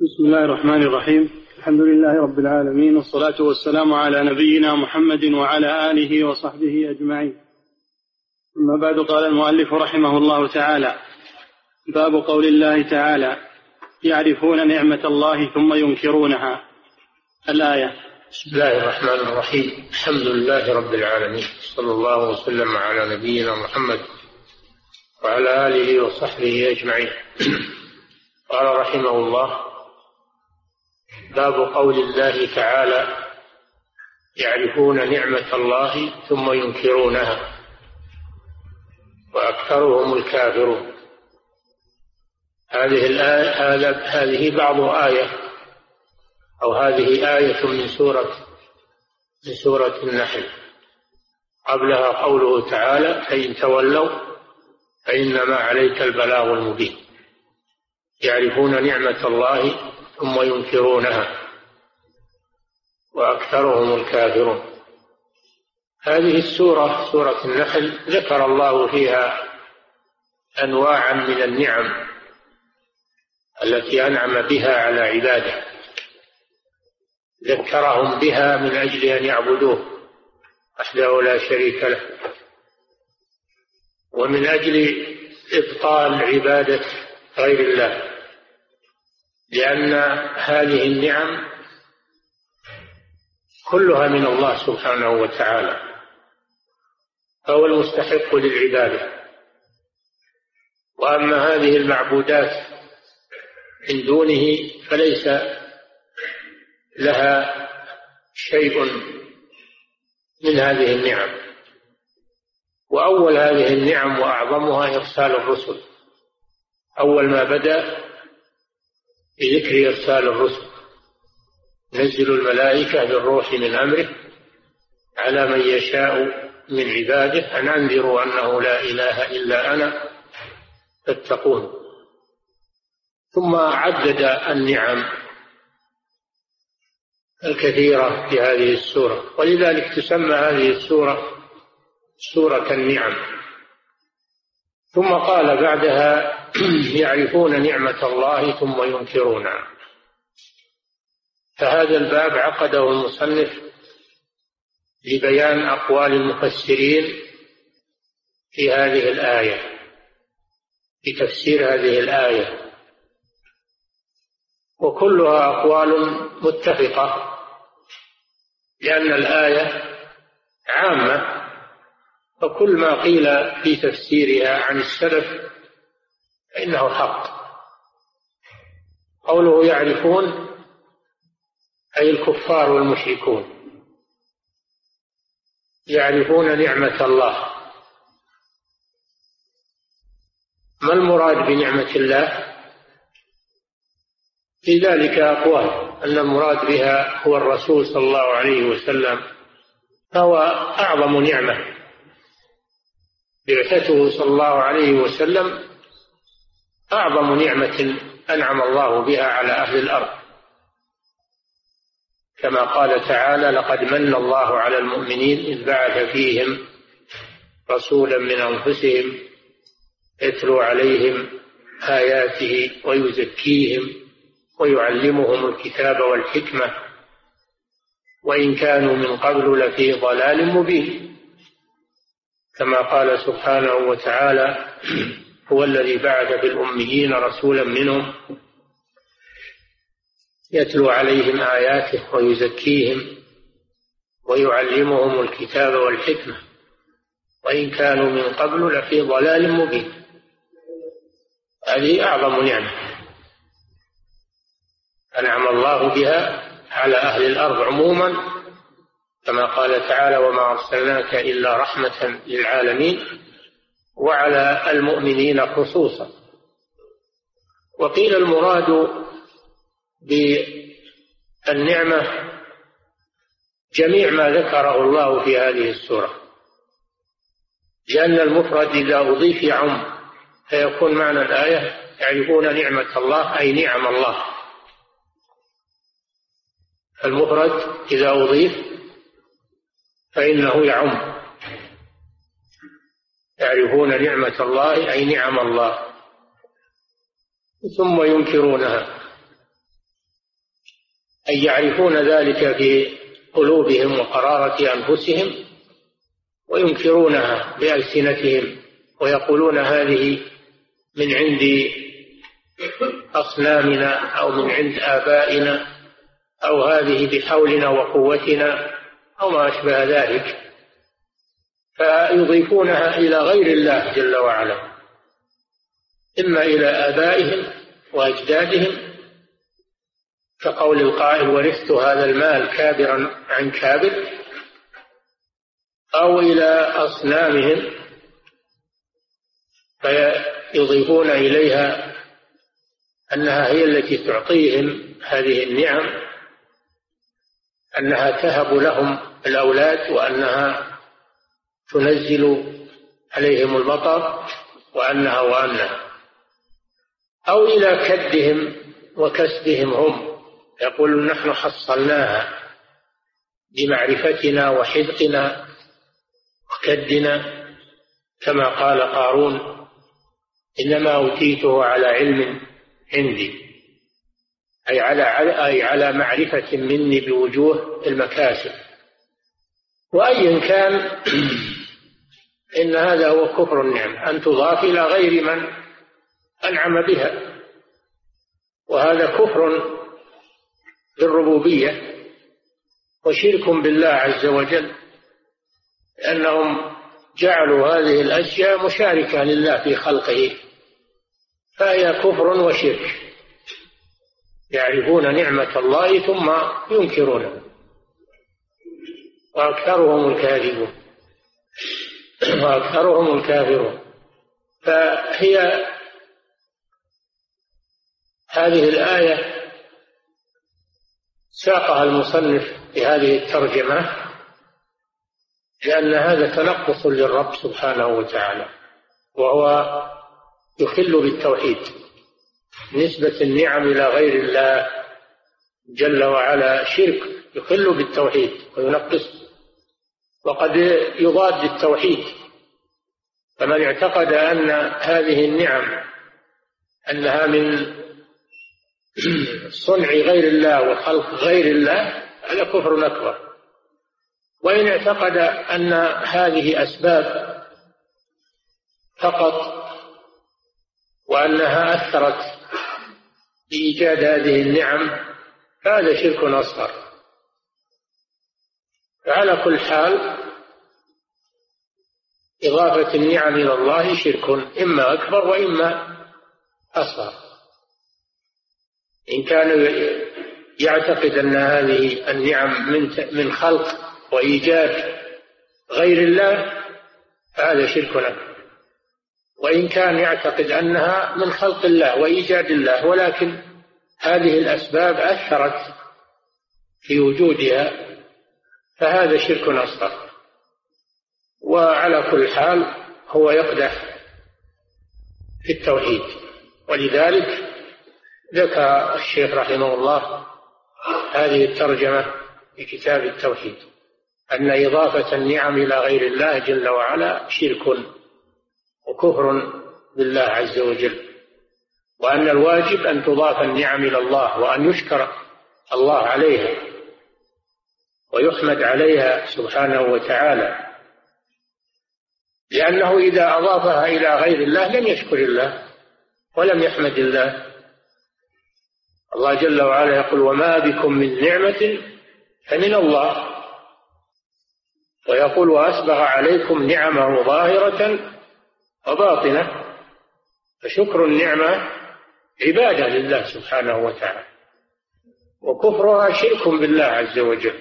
بسم الله الرحمن الرحيم. الحمد لله رب العالمين، والصلاة والسلام على نبينا محمد وعلى آله وصحبه أجمعين. أما بعد، قال المؤلف رحمه الله تعالى: باب قول الله تعالى: يعرفون نعمة الله ثم ينكرونها. الآية. بسم الله الرحمن الرحيم. الحمد لله رب العالمين، صلى الله وسلم على نبينا محمد وعلى آله وصحبه أجمعين. قال رحمه الله: باب قول الله تعالى: يعرفون نعمة الله ثم ينكرونها وأكثرهم الكافرون. هذه الآية هذه بعض آية، أو هذه آية من سورة النحل. قبلها قوله تعالى: فإن تولوا فإنما عليك البلاغ المبين. يعرفون نعمة الله ثم ينكرونها وأكثرهم الكافرون. هذه السورة سورة النحل ذكر الله فيها أنواعا من النعم التي أنعم بها على عباده، ذكرهم بها من أجل أن يعبدوه وحده لا شريك له، ومن أجل إبطال عبادة غير الله، لأن هذه النعم كلها من الله سبحانه وتعالى، فهو المستحق للعبادة. وأما هذه المعبودات من دونه فليس لها شيء من هذه النعم. وأول هذه النعم وأعظمها إرسال الرسل. أول ما بدأ بذكر إرسال الرسل: نزل الملائكة بالروح من أمره على من يشاء من عباده أن أنذروا أنه لا إله إلا أنا فاتقون. ثم عدد النعم الكثيرة في هذه السورة، ولذلك تسمى هذه السورة سورة النعم. ثم قال بعدها: يعرفون نعمة الله ثم ينكرونها. فهذا الباب عقده المصنف لبيان أقوال المفسرين في هذه الآية، في تفسير هذه الآية، وكلها أقوال متفقة، لأن الآية عامة، فكل ما قيل في تفسيرها عن السلف فإنه حق. قوله يعرفون أي الكفار والمشركون يعرفون نعمة الله. ما المراد بنعمة الله؟ في ذلك أقوال، أن المراد بها هو الرسول صلى الله عليه وسلم، فهو أعظم نعمة. بعثته صلى الله عليه وسلم أعظم نعمة أنعم الله بها على أهل الأرض، كما قال تعالى: لقد من الله على المؤمنين إذ بعث فيهم رسولا من أنفسهم يتلو عليهم آياته ويزكيهم ويعلمهم الكتاب والحكمة وإن كانوا من قبل لفي ضلال مبين، كما قال سبحانه وتعالى: هو الذي بعث بالأميين رسولا منهم يتلو عليهم آياته ويزكيهم ويعلمهم الكتاب والحكمة وإن كانوا من قبل لفي ضلال مبين. هذه أعظم نعمة أنعم الله بها على أهل الأرض عموما، كما قال تعالى: وما أرسلناك إلا رحمة للعالمين، وعلى المؤمنين خصوصا. وقيل المراد بالنعمة جميع ما ذكره الله في هذه السورة، لأن المفرد إذا أضيف يعم، فيكون معنى الآية: يعرفون نعمة الله أي نعم الله. المفرد إذا أضيف فإنه يعم، يعرفون نعمة الله أي نعم الله. ثم ينكرونها، أي يعرفون ذلك في قلوبهم وقرارة أنفسهم وينكرونها بألسنتهم ويقولون هذه من عند أصنامنا أو من عند آبائنا أو هذه بحولنا وقوتنا أو ما أشبه ذلك، فيضيفونها إلى غير الله جل وعلا، إما إلى آبائهم وأجدادهم كقول القائل ورثت هذا المال كابرا عن كابر، أو إلى أصنامهم فيضيفون إليها أنها هي التي تعطيهم هذه النعم، أنها تهب لهم الأولاد وأنها تنزل عليهم المطر وأنها أو إلى كدهم وكسبهم هم، يقولون نحن حصلناها بمعرفتنا وحذقنا وكدنا، كما قال قارون إنما أوتيته على علم عندي، أي على معرفة مني بوجوه المكاسب. وأيا كان إن هذا هو كفر النعم، أن تضاف إلى غير من أنعم بها، وهذا كفر بالربوبية وشرك بالله عز وجل، لأنهم جعلوا هذه الأشياء مشاركة لله في خلقه، فهي كفر وشرك، يعرفون نعمة الله ثم ينكرونها، وأكثرهم الكافرون. فهي هذه الآية ساقها المصنف بهذه الترجمة لأن هذا تنقص للرب سبحانه وتعالى، وهو يخل بالتوحيد، نسبة النعم إلى غير الله جل وعلا شرك يخل بالتوحيد وينقص، وقد يضاد التوحيد. فمن اعتقد أن هذه النعم أنها من صنع غير الله وخلق غير الله هذا كفر أكبر. وإن اعتقد أن هذه أسباب فقط وأنها أثرت بإيجاد هذه النعم فهذا شرك أصغر. فعلى كل حال إضافة النعم إلى الله شرك إما أكبر وإما أصغر. إن كان يعتقد أن هذه النعم من خلق وإيجاد غير الله فهذا شرك أكبر، وإن كان يعتقد أنها من خلق الله وإيجاد الله ولكن هذه الأسباب أثرت في وجودها فهذا شرك أصغر. وعلى كل حال هو يقدح في التوحيد. ولذلك ذكر الشيخ رحمه الله هذه الترجمة في كتاب التوحيد أن إضافة النعم إلى غير الله جل وعلا شرك وكفر بالله عز وجل، وأن الواجب أن تضاف النعم إلى الله وأن يشكر الله عليها ويحمد عليها سبحانه وتعالى، لأنه إذا أضافها إلى غير الله لم يشكر الله ولم يحمد الله. الله جل وعلا يقول وما بكم من نعمة فمن الله، ويقول وأسبغ عليكم نعمه ظاهرة وباطنة. فشكر النعمة عبادة لله سبحانه وتعالى، وكفرها شرك بالله عز وجل.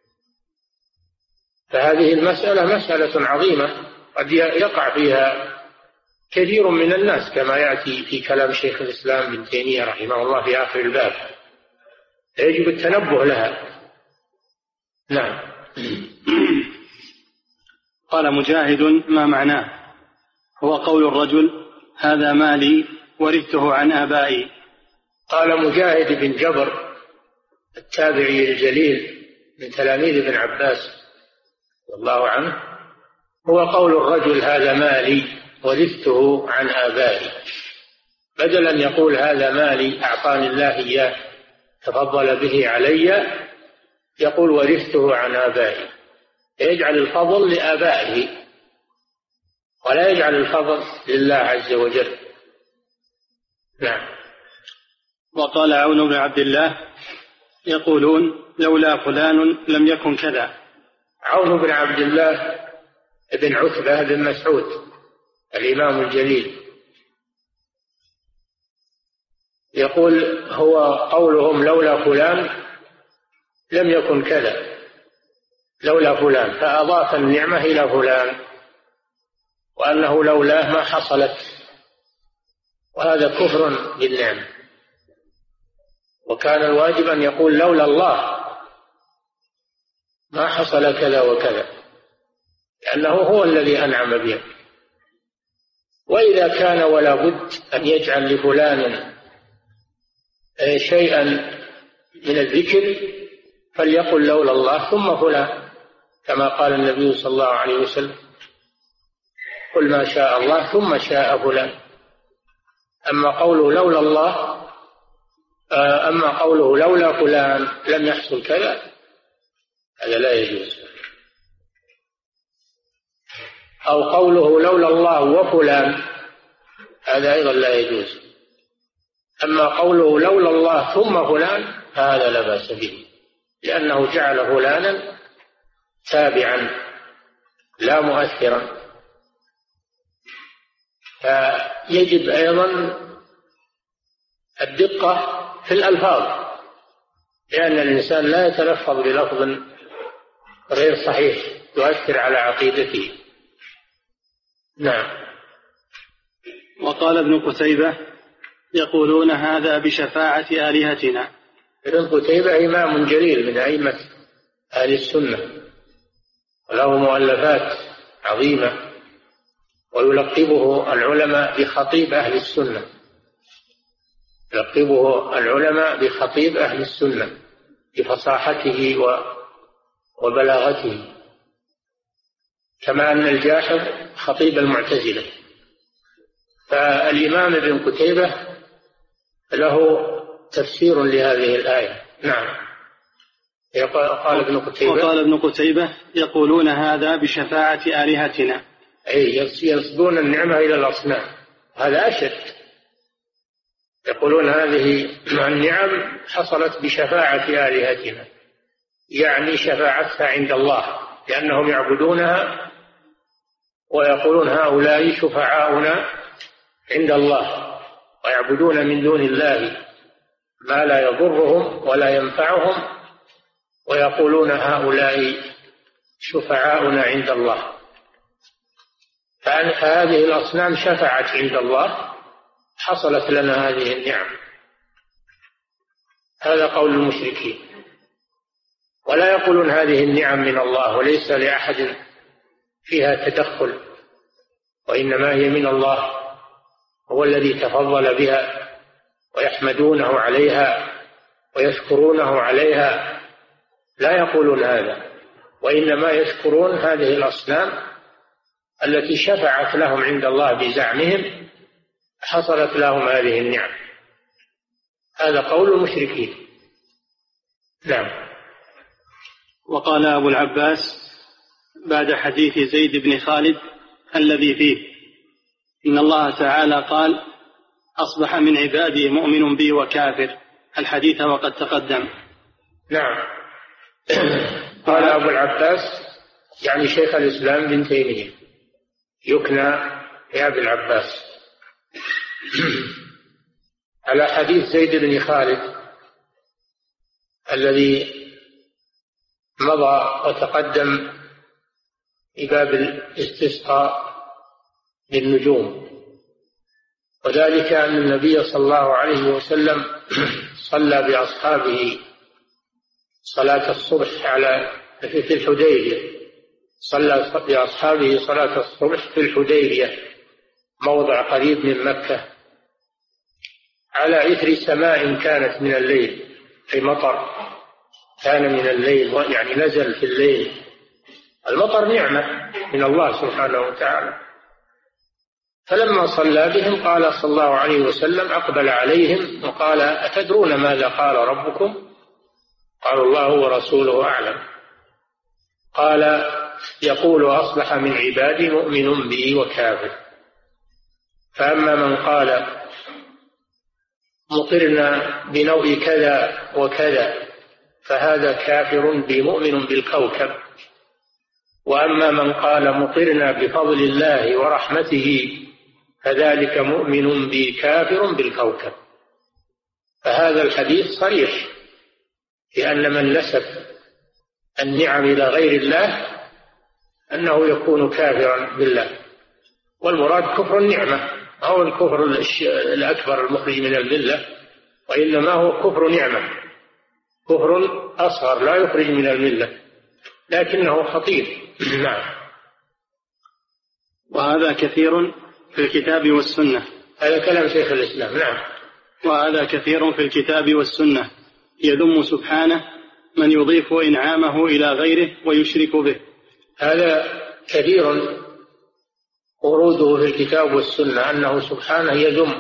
فهذه المسألة مسألة عظيمة قد يقع فيها كثير من الناس كما يأتي في كلام شيخ الإسلام ابن تيمية رحمه الله في آخر الباب، يجب التنبه لها. نعم. قال مجاهد ما معناه؟ هو قول الرجل هذا مالي ورثته عن آبائي. قال مجاهد بن جبر التابعي الجليل من تلاميذ ابن عباس رضي الله عنه، هو قول الرجل هذا مالي ورثته عن آبائي، بدل أن يقول هذا مالي أعطاني الله إياه تفضل به علي يقول ورثته عن آبائي، يجعل الفضل لآبائه ولا يجعل الفضل لله عز وجل. نعم. وقال عون بن عبد الله يقولون لولا فلان لم يكن كذا. عون بن عبد الله بن عتبة بن مسعود الإمام الجليل يقول هو قولهم لولا فلان لم يكن كذا، لولا فلان، فأضاف النعمة إلى فلان وأنه لولاه ما حصلت، وهذا كفر بالنعمة. وكان الواجب أن يقول لولا الله ما حصل كذا وكذا، لأنه هو الذي أنعم به. وإذا كان ولا بد أن يجعل لفلان شيئا من الذكر فليقل لولا الله ثم فلان، كما قال النبي صلى الله عليه وسلم قل ما شاء الله ثم شاء فلان. أما قوله لولا الله أما قوله لولا فلان لم يحصل كذا هذا لا يجوز. أو قوله لولا الله وفلان هذا أيضا لا يجوز. أما قوله لولا الله ثم فلان هذا لا بأس به، لأنه جعل فلانا تابعا لا مؤثرا. فيجب أيضا الدقة في الألفاظ، لأن الإنسان لا يتلفظ بلفظ غير صحيح يؤثر على عقيدته. نعم. وقال ابن قتيبة يقولون هذا بشفاعة آلهتنا. ابن قتيبة إمام جليل من أئمة أهل السنة وله مؤلفات عظيمة، ويلقبه العلماء بخطيب أهل السنة، يلقبه العلماء بخطيب أهل السنة بفصاحته وبلاغته، كما أن الجاحظ خطيب المعتزلة. فالإمام ابن قتيبة له تفسير لهذه الآية. نعم. قال ابن قتيبة يقولون هذا بشفاعة آلهتنا، أي ينسبون النعمة إلى الأصنام، هذا أشد. يقولون هذه النعم حصلت بشفاعة آلهتنا، يعني شفاعتها عند الله، لأنهم يعبدونها ويقولون هؤلاء شفعاؤنا عند الله، ويعبدون من دون الله ما لا يضرهم ولا ينفعهم، ويقولون هؤلاء شفعاؤنا عند الله. فهذه الأصنام شفعت عند الله، حصلت لنا هذه النعم. هذا قول المشركين. ولا يقولون هذه النعم من الله وليس لأحد فيها تدخل، وإنما هي من الله، هو الذي تفضل بها، ويحمدونه عليها ويشكرونه عليها. لا يقولون هذا، وإنما يشكرون هذه الأصنام التي شفعت لهم عند الله بزعمهم، حصلت لهم هذه النعم. هذا قول المشركين. نعم. وقال أبو العباس بعد حديث زيد بن خالد الذي فيه إن الله تعالى قال أصبح من عبادي مؤمن بي وكافر، الحديث وقد تقدم. نعم. قال أبو العباس يعني شيخ الإسلام بن تيمية، يكنى يا أبي العباس، على حديث زيد بن خالد الذي مضى وتقدم في باب الاستسقاء بالنجوم، وذلك أن النبي صلى الله عليه وسلم صلى بأصحابه صلاة الصبح في الحديبية، صلى بأصحابه صلاة الصبح في الحديبية موضع قريب من مكة، على إثر سماء كانت من الليل، أي مطر كان من الليل، يعني نزل في الليل. المطر نعمة من الله سبحانه وتعالى، فلما صلى بهم قال صلى الله عليه وسلم أقبل عليهم وقال: أتدرون ماذا قال ربكم؟ قالوا: الله ورسوله أعلم. قال: يقول: أصبح من عبادي مؤمن بي وكافر. فأما من قال: مطرنا بنوء كذا وكذا، فهذا كافر بي مؤمن بالكوكب. وأما من قال: مطرنا بفضل الله ورحمته، فذلك مؤمن بي كافر بالكوكب. فهذا الحديث صريح في أن من نسب النعم إلى غير الله أنه يكون كافرا بالله، والمراد كفر النعمة أو الكفر الأكبر المخرج من الملة، وإنما هو كفر نعمة، كفر أصغر لا يخرج من الملة لكنه خطير. نعم. وهذا كثير في الكتاب والسنة. هذا كلام شيخ الإسلام. نعم. وهذا كثير في الكتاب والسنة يذم سبحانه من يضيف إنعامه إلى غيره ويشرك به. هذا كثير وروده في الكتاب والسنة أنه سبحانه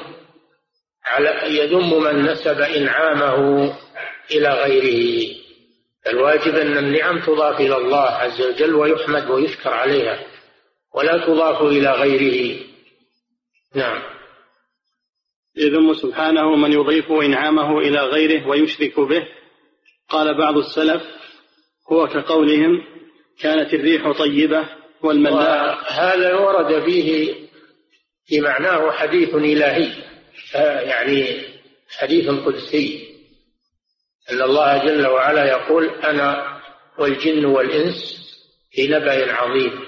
يذم من نسب إنعامه إلى غيره. الواجب أن النعم تضاف إلى الله عز وجل ويحمد ويشكر عليها، ولا تضاف إلى غيره. نعم. يذم سبحانه من يضيف إنعامه إلى غيره ويشرك به. قال بعض السلف: هو كقولهم: كانت الريح طيبة والملاح. هذا ورد فيه في معناه حديث إلهي، يعني حديث قدسي، أن الله جل وعلا يقول: أنا والجن والإنس في نبأ عظيم،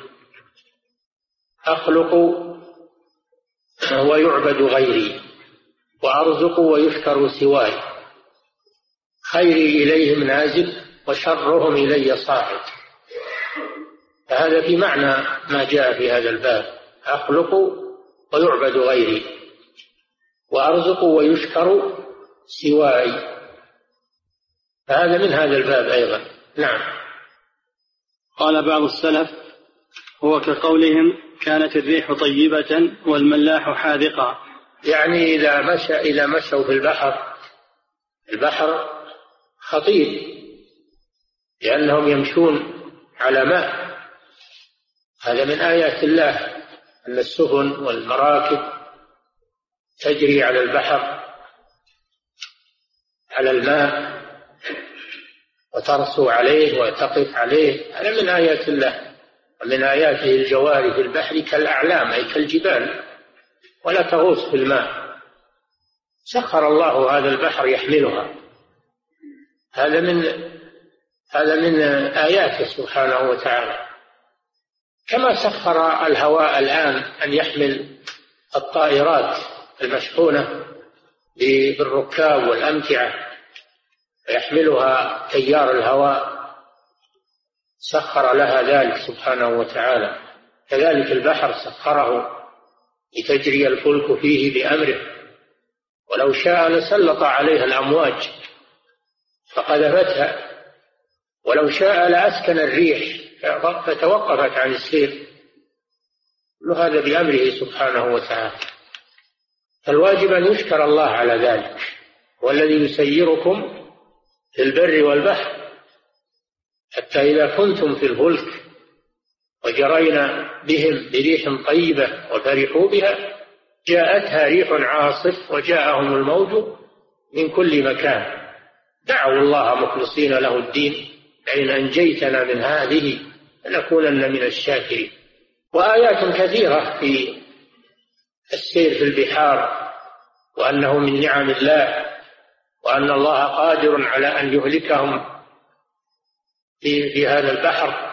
أخلق ويعبد غيري، وأرزق ويشكر سواي، خيري إليهم نازل وشرهم إلي صاعد. فهذا في معنى ما جاء في هذا الباب: أخلق ويعبد غيري، وأرزق ويشكر سواي. فهذا من هذا الباب أيضا. نعم. قال بعض السلف: هو كقولهم: كانت الريح طيبة والملاح حاذقا. يعني إذا مشوا في البحر خطير، لأنهم يمشون على ماء. هذا من آيات الله أن السفن والمراكب تجري على البحر على الماء وترسو عليه وتقف عليه. هذا من آيات الله. ومن آياته الجوار في البحر كالأعلام، أي كالجبال، ولا تغوص في الماء. سخر الله هذا البحر يحملها. هذا من آياته سبحانه وتعالى. كما سخر الهواء الآن أن يحمل الطائرات المشحونة بالركاب والأمتعة ويحملها تيار الهواء، سخر لها ذلك سبحانه وتعالى. كذلك البحر سخره لتجري الفلك فيه بأمره، ولو شاء لسلط عليها الأمواج فقذفتها، ولو شاء لأسكن الريح فتوقفت عن السير. كل هذا بأمره سبحانه وتعالى. فالواجب أن يشكر الله على ذلك. والذي يسيركم في البر والبحر حتى إذا كنتم في الفلك وجرينا بهم بريح طيبة وفرحوا بها جاءتها ريح عاصف وجاءهم الموج من كل مكان دعوا الله مخلصين له الدين لئن أنجيتنا من هذه لنكونن من الشاكرين. وآيات كثيرة في السير في البحار، وأنه من نعم الله، وأن الله قادر على أن يهلكهم في هذا البحر،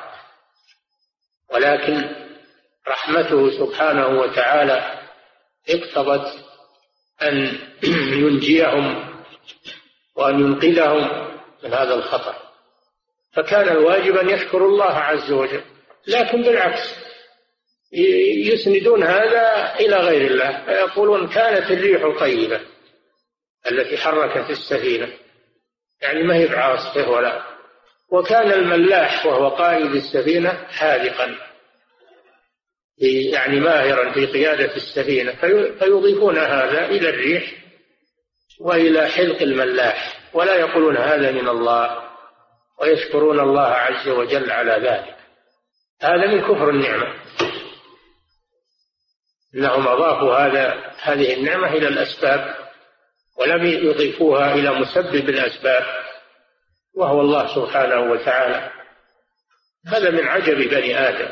ولكن رحمته سبحانه وتعالى اقتضت أن ينجيهم وأن ينقذهم من هذا الخطر. فكان الواجب أن يشكروا الله عز وجل، لكن بالعكس يسندون هذا إلى غير الله، فيقولون كانت الريح طيبة التي حركت السفينة، يعني ما هي بعاصفة ولا، وكان الملاح وهو قائد السفينة حاذقا، يعني ماهرا في قيادة السفينة، فيضيفون هذا إلى الريح وإلى حلق الملاح، ولا يقولون هذا من الله، ويشكرون الله عز وجل على ذلك. هذا من كفر النعمة، إنهم أضافوا هذه النعمة إلى الأسباب ولم يضيفوها إلى مسبب الأسباب وهو الله سبحانه وتعالى. هذا من عجب بني آدم.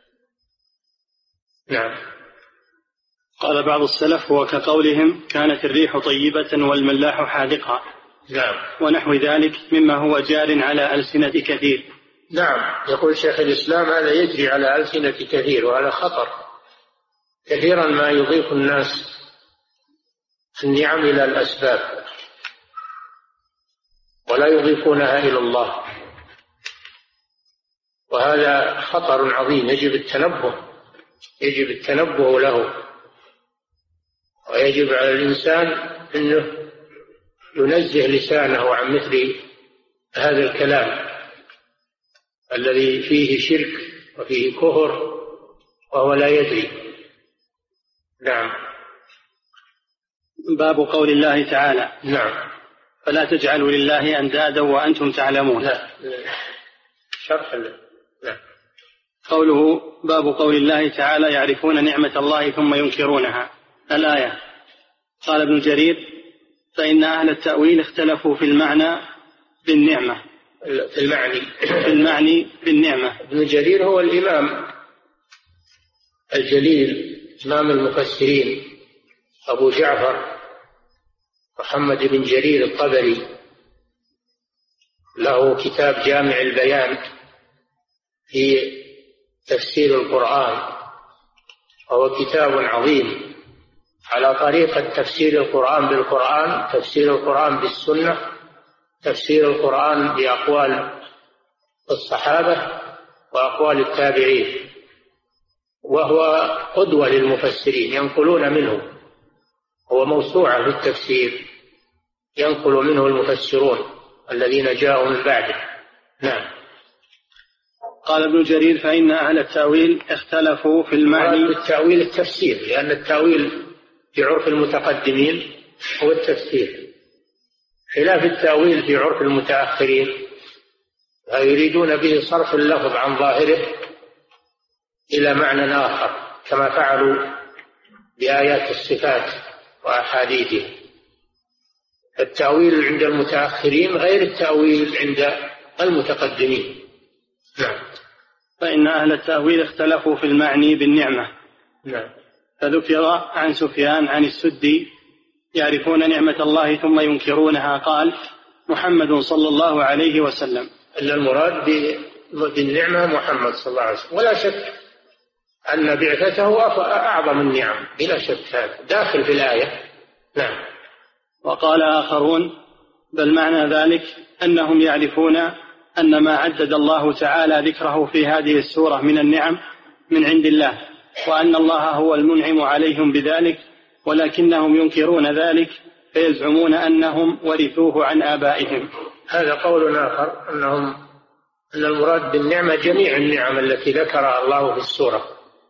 نعم. قال بعض السلف: هو كقولهم كانت الريح طيبة والملاح حاذقا. نعم. ونحو ذلك مما هو جار على ألسنة كثير. نعم. يقول شيخ الإسلام هذا يجري على ألسنة كثير، وهذا خطر. كثيرا ما يضيف الناس النعم إلى الأسباب ولا يضيفونها إلى الله، وهذا خطر عظيم يجب التنبه له، ويجب على الإنسان أنه ينزه لسانه عن مثل هذا الكلام الذي فيه شرك وفيه كفر وهو لا يدري. نعم. باب قول الله تعالى: نعم. فلا تجعلوا لله أندادا وأنتم تعلمون. لا. شرح. نعم. قوله: باب قول الله تعالى: يعرفون نعمة الله ثم ينكرونها. الآية. قال ابن جرير: فإن أهل التأويل اختلفوا في المعنى بالنعمة. في المعني بالنعمة. ابن جرير هو الإمام الجليل، إمام المفسرين، أبو جعفر محمد بن جرير الطبري، له كتاب جامع البيان في تفسير القرآن، وهو كتاب عظيم على طريقة تفسير القرآن بالقرآن، تفسير القرآن بالسنة، تفسير القرآن بأقوال الصحابة وأقوال التابعين، وهو قدوة للمفسرين ينقلون منه، هو موسوعة في التفسير ينقل منه المفسرون الذين جاءوا من بعده. نعم. قال ابن جرير: فإن أهل التأويل اختلفوا في المعنى. التأويل التفسير، لأن التأويل في عرف المتقدمين هو التفسير، خلاف التأويل في عرف المتأخرين، يريدون به صرف اللفظ عن ظاهره إلى معنى آخر، كما فعلوا بآيات الصفات وأحاديثه. التأويل عند المتأخرين غير التأويل عند المتقدمين. نعم. فإن أهل التأويل اختلفوا في المعني بالنعمة. نعم. فذكر عن سفيان عن السدي: يعرفون نعمة الله ثم ينكرونها. قال: محمد صلى الله عليه وسلم. المراد بالنعمة محمد صلى الله عليه وسلم، ولا شك أن بعثته أعظم النعم، بلا شك هذا داخل في الآية. نعم. وقال آخرون: بل معنى ذلك أنهم يعرفون أن ما عدد الله تعالى ذكره في هذه السورة من النعم من عند الله، وأن الله هو المنعم عليهم بذلك، ولكنهم ينكرون ذلك فيزعمون أنهم ورثوه عن آبائهم. هذا قول آخر، أن المراد بالنعمة جميع النعم التي ذكرها الله في السورة،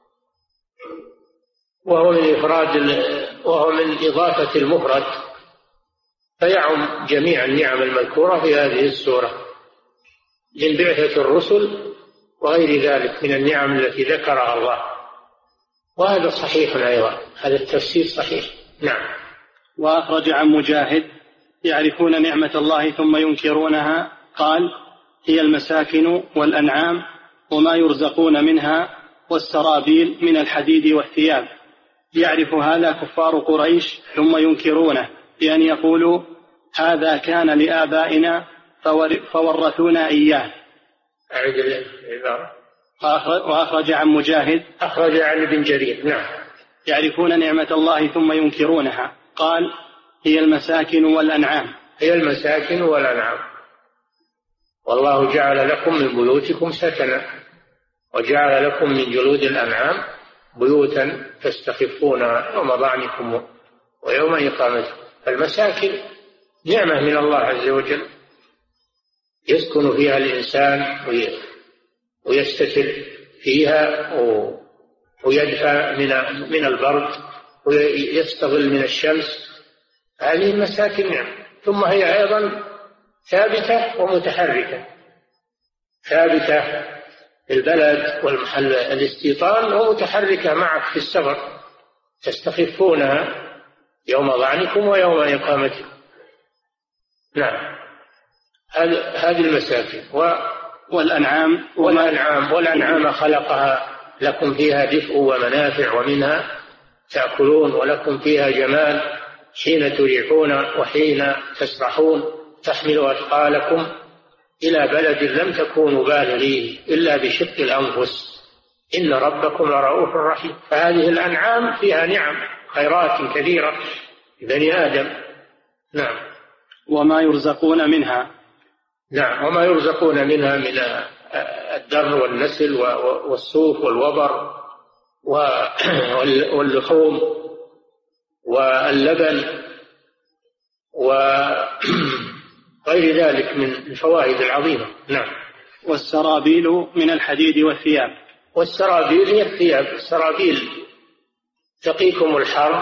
وهو من إضافة المفرد، فيعم جميع النعم المذكورة في هذه السورة من بعثة الرسل وغير ذلك من النعم التي ذكرها الله، وهذا صحيح أيضا، هذا التفسير صحيح. نعم. وأخرج عن مجاهد: يعرفون نعمة الله ثم ينكرونها. قال: هي المساكن والأنعام وما يرزقون منها والسرابيل من الحديد والثياب. يعرف هذا كفار قريش ثم ينكرونه بأن يقولوا: هذا كان لآبائنا فورثونا إياه. وأخرج عن مجاهد: أخرج عن ابن جرير. نعم. يعرفون نعمة الله ثم ينكرونها. قال: هي المساكن والأنعام. هي المساكن والأنعام. والله جعل لكم من بيوتكم سكنا، وجعل لكم من جلود الأنعام بيوتا تستخفونها يوم ضعنكم ويوم إقامتكم. فالمساكن نعمة من الله عز وجل يسكن فيها الإنسان ويستتر فيها ويدفع من البرد ويستظل من الشمس. هذه المساكن نعم. ثم هي أيضا ثابتة ومتحركة، ثابتة في البلد والمحل الاستيطان، ومتحركة معك في السفر، تستخفونها يوم ظعنكم ويوم إقامتكم. نعم. هذه المساكن. والأنعام خلقها لكم فيها دفء ومنافع، ومنها تأكلون، ولكم فيها جمال حين تريحون وحين تسرحون، تحملوا أثقالكم إلى بلد لم تكونوا بالغيه إلا بشق الأنفس، إن ربكم لرؤوف رحيم. فهذه الأنعام فيها نعم خيرات كثيرة لبني آدم. نعم. وما يرزقون منها. نعم. وما يرزقون منها من الدر والنسل والصوف والوبر واللحوم واللبن وغير ذلك من الفوائد العظيمة. نعم. والسرابيل من الحديد والثياب. والسرابيل هي الثياب. السرابيل تقيكم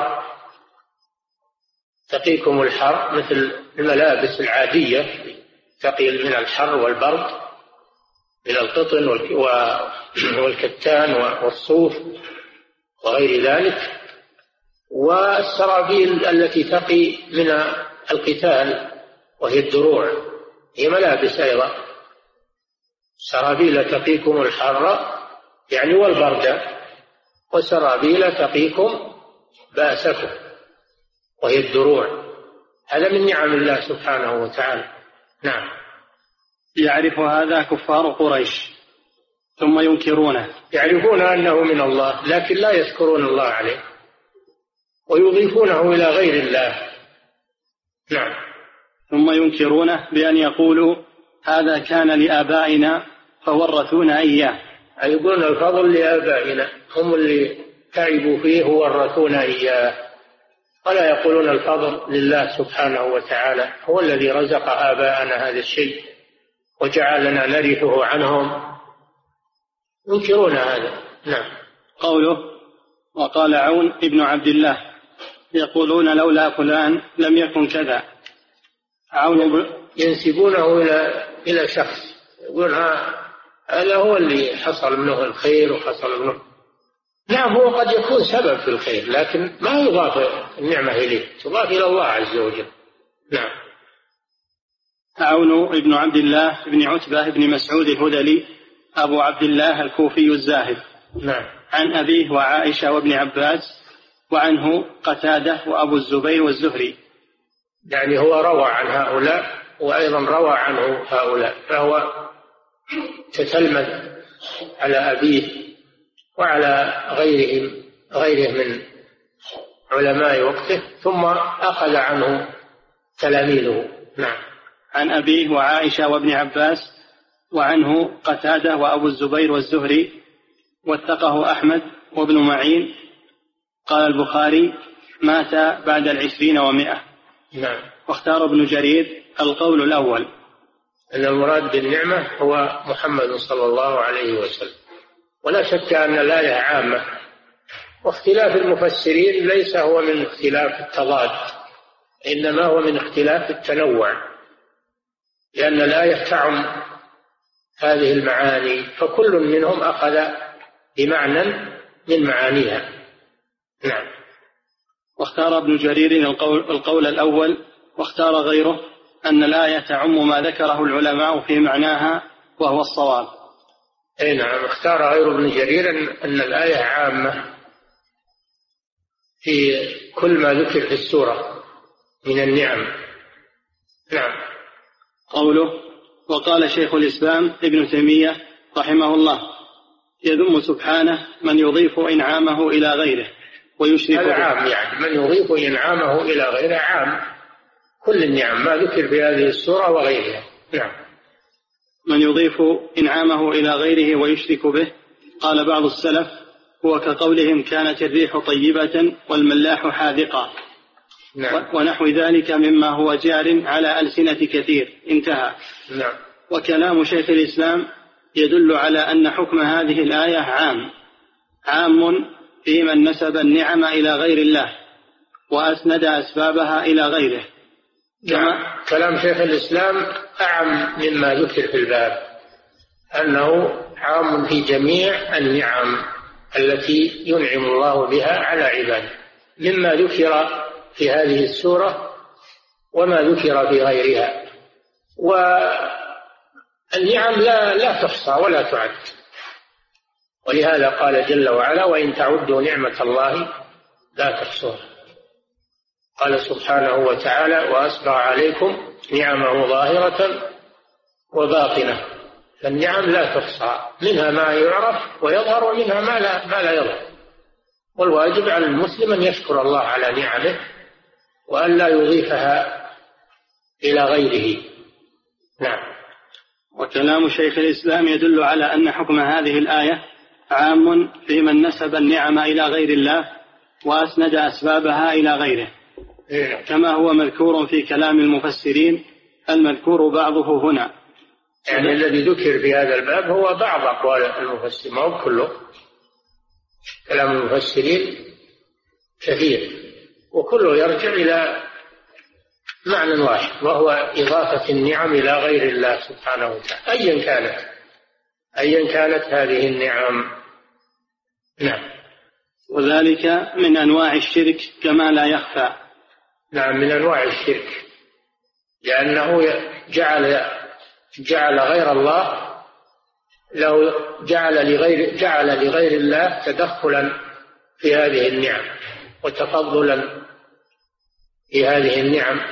الحر مثل الملابس العادية، تقي من الحر والبرد، من القطن والكتان والصوف وغير ذلك. والسرابيل التي تقي من القتال وهي الدروع، هي ملابس أيضا. سرابيل تقيكم الحر يعني والبرد، وسرابيل تقيكم بأسكم وهي الدروع. هذا من نعم الله سبحانه وتعالى. نعم. يعرف هذا كفار قريش ثم ينكرونه. يعرفون أنه من الله لكن لا يذكرون الله عليه ويضيفونه إلى غير الله. نعم. ثم ينكرونه بأن يقولوا هذا كان لآبائنا فورثونا إياه. أي يقولون الفضل لآبائنا، هم اللي تعبوا فيه وورثونا إياه، ولا يقولون الفضل لله سبحانه وتعالى، هو الذي رزق آباءنا هذا الشيء وجعلنا نرثه عنهم. ينكرون هذا. نعم. قوله وقال عون ابن عبد الله يقولون لولا فلان لم يكن كذا. عون ينسبونه إلى شخص، يقول هذا هو اللي حصل منه الخير وحصل منه. نعم هو قد يكون سبب في الخير لكن ما يضاف النعمة إليه، تضاف إلى الله عز وجل. نعم. عون ابن عبد الله بن عتبة بن مسعود الهذلي أبو عبد الله الكوفي الزاهد. نعم. عن أبيه وعائشة وابن عباس، وعنه قتادة وأبو الزبير والزهري. يعني هو روى عن هؤلاء وأيضا روى عنه هؤلاء، فهو تتلمذ على أبيه وعلى غيره من علماء وقته، ثم أخذ عنه تلاميذه. نعم. عن أبيه وعائشة وابن عباس، وعنه قتادة وأبو الزبير والزهري، وثقه أحمد وابن معين. قال البخاري مات بعد 20 و100. نعم. واختار ابن جرير القول الأول، أن المراد بالنعمة هو محمد صلى الله عليه وسلم. ولا شك أن الآية عامة، واختلاف المفسرين ليس هو من اختلاف التضاد، إنما هو من اختلاف التنوع، لأن الآية تعم هذه المعاني، فكل منهم أخذ بمعنى من معانيها. نعم. واختار ابن جرير القول الأول، واختار غيره أن الآية تعم ما ذكره العلماء في معناها وهو الصواب. أي نعم. اختار غير ابن جرير أن الآية عامة في كل ما ذكر في السورة من النعم. نعم. قوله وقال شيخ الإسلام ابن تيمية رحمه الله يذم سبحانه من يضيف إنعامه إلى غيره ويشرك به. عام، يعني من يضيف إنعامه إلى غيره عام، كل النعم ما ذكر في هذه السورة وغيرها. نعم. من يضيف إنعامه إلى غيره ويشرك به. قال بعض السلف هو كقولهم كانت الريح طيبة والملاح حاذقا. نعم. ونحو ذلك مما هو جار على ألسنة كثير. انتهى. نعم. وكلام شيخ الإسلام يدل على أن حكم هذه الآية عام في من نسب النعم إلى غير الله وأسند أسبابها إلى غيره. كلام شيخ الإسلام أعم مما ذكر في الباب، أنه عام في جميع النعم التي ينعم الله بها على عباده، مما ذكر في هذه السورة وما ذكر في غيرها. والنعم لا تحصى ولا تعد، ولهذا قال جل وعلا: وإن تعدوا نعمة الله لا تحصوها. قال سبحانه وتعالى: وأسبغ عليكم نعمه ظاهرة وباطنة. فالنعم لا تحصى، منها ما يعرف ويظهر ومنها ما لا يظهر، والواجب على المسلم أن يشكر الله على نعمه وأن لا يضيفها إلى غيره. نعم. وكلام شيخ الإسلام يدل على أن حكم هذه الآية عام في من نسب النعم إلى غير الله وأسند أسبابها إلى غيره، كما هو مذكور في كلام المفسرين، المذكور بعضه هنا. يعني الذي ذكر في هذا الباب هو بعض أقوال المفسرين، ما هو كله. كلام المفسرين كثير وكله يرجع إلى معنى واحد، وهو إضافة النعم إلى غير الله سبحانه وتعالى أيا كانت هذه النعم. نعم. وذلك من أنواع الشرك كما لا يخفى. نعم، من أنواع الشرك، لأنه جعل غير الله، لو جعل لغير الله تدخلا في هذه النعم وتفضلا في هذه النعم،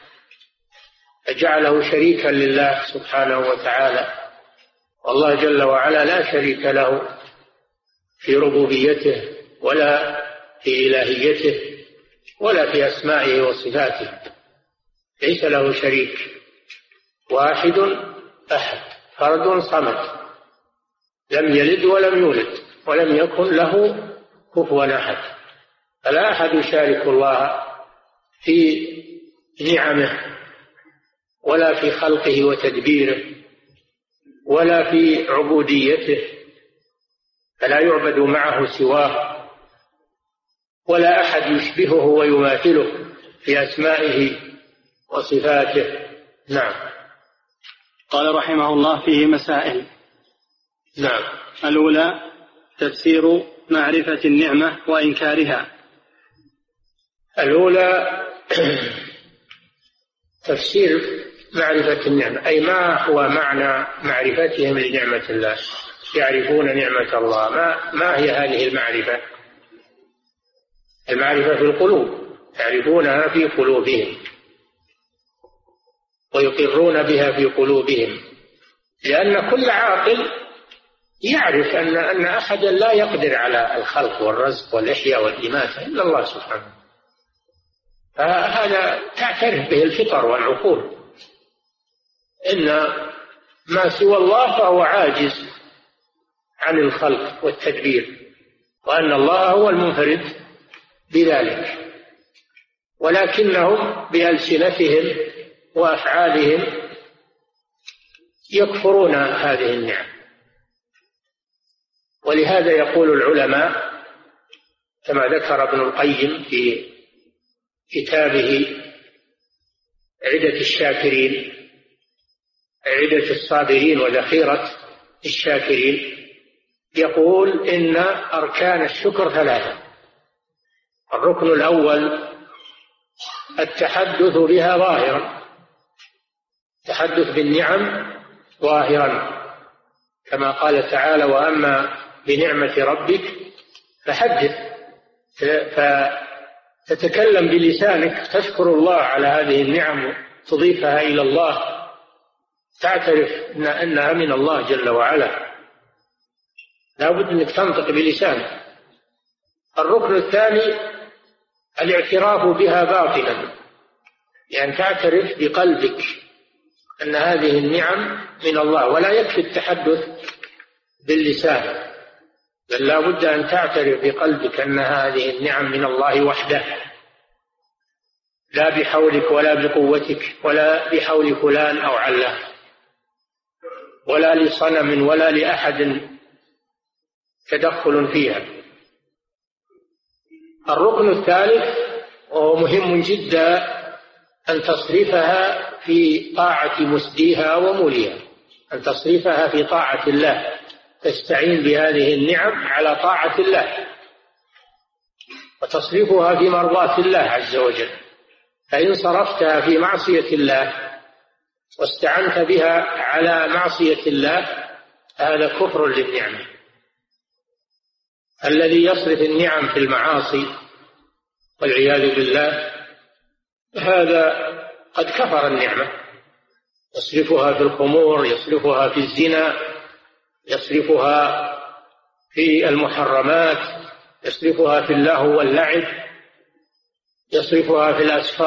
فجعله شريكا لله سبحانه وتعالى. والله جل وعلا لا شريك له في ربوبيته ولا في إلهيته ولا في أسمائه وصفاته، ليس له شريك، واحد أحد فرد صمد، لم يلد ولم يولد ولم يكن له كفوا أحد. فلا أحد يشارك الله في نعمه ولا في خلقه وتدبيره ولا في عبوديته، فلا يعبد معه سواه، ولا أحد يشبهه ويماثله في أسمائه وصفاته. نعم. قال رحمه الله: فيه مسائل. نعم. الأولى تفسير معرفة النعمة وإنكارها. الأولى تفسير معرفة النعمة، أي ما هو معنى معرفتهم لنعمة الله، يعرفون نعمة الله. ما هي هذه المعرفة؟ المعرفة في القلوب، يعرفونها في قلوبهم ويقرون بها في قلوبهم، لأن كل عاقل يعرف أن أحدا لا يقدر على الخلق والرزق والإحياء والإماتة إلا الله سبحانه، فهذا تعترف به الفطر والعقول، إن ما سوى الله فهو عاجز عن الخلق والتدبير، وأن الله هو المنفرد بذلك، ولكنهم بألسنتهم وأفعالهم يكفرون هذه النعم. ولهذا يقول العلماء كما ذكر ابن القيم في كتابه عدة الشاكرين، عدة الصابرين وذخيرة الشاكرين، يقول إن أركان الشكر ثلاثة. الركن الأول التحدث بها ظاهرا، التحدث بالنعم ظاهرا، كما قال تعالى: وأما بنعمة ربك فحدث، فتتكلم بلسانك تشكر الله على هذه النعم، تضيفها إلى الله، تعترف أنها من الله جل وعلا، لا بد أنك تنطق بلسانك. الركن الثاني الاعتراف بها باطنا، يعني تعترف بقلبك أن هذه النعم من الله، ولا يكفي التحدث باللسان، بل لا بد أن تعترف بقلبك أن هذه النعم من الله وحده، لا بحولك ولا بقوتك ولا بحول فلان أو علان ولا لصنم ولا لأحد تدخل فيها، الركن الثالث وهو مهم جدا أن تصرفها في طاعة مسديها وموليها، أن تصرفها في طاعة الله، تستعين بهذه النعم على طاعة الله وتصرفها في مرضاة الله عز وجل. فإن صرفتها في معصية الله واستعنت بها على معصية الله هذا كفر للنعمة. الذي يصرف النعم في المعاصي والعياذ بالله هذا قد كفر النعمة، يصرفها في الخمور، يصرفها في الزنا، يصرفها في المحرمات، يصرفها في اللهو واللعب، يصرفها في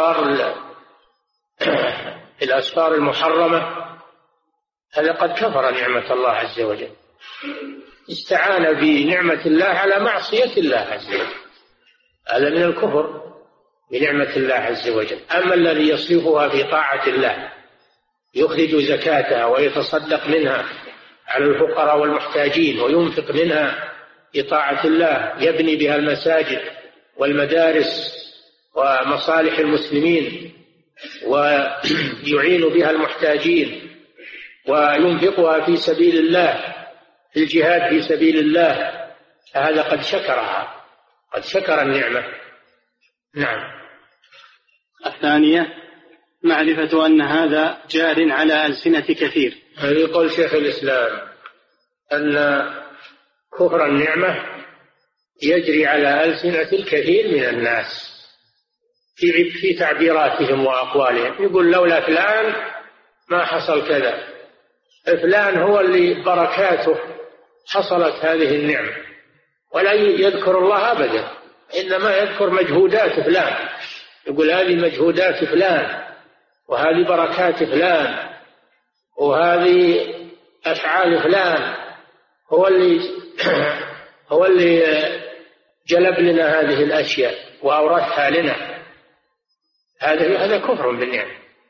الأسفار المحرمة. هذا قد كفر نعمة الله عز وجل، استعان بنعمة الله على معصية الله عز وجل، هذا من الكفر بنعمة الله عز وجل. أما الذي يصرفها في طاعة الله، يخرج زكاتها ويتصدق منها على الفقراء والمحتاجين وينفق منها في طاعة الله، يبني بها المساجد والمدارس ومصالح المسلمين ويعين بها المحتاجين وينفقها في سبيل الله، في الجهاد في سبيل الله، هذا قد شكرها، قد شكر النعمة. نعم. الثانية معرفة أن هذا جار على ألسنة كثير. هذا يقول شيخ الإسلام أن كفر النعمة يجري على ألسنة الكثير من الناس في تعبيراتهم وأقوالهم. يقول لولا فلان ما حصل كذا، فلان هو اللي بركاته حصلت هذه النعمة، ولا يذكر الله أبدا، إنما يذكر مجهودات فلان، يقول هذه مجهودات فلان وهذه بركات فلان وهذه أفعال فلان، هو اللي جلب لنا هذه الأشياء وأورثها لنا. هذا كفر بالنعمة.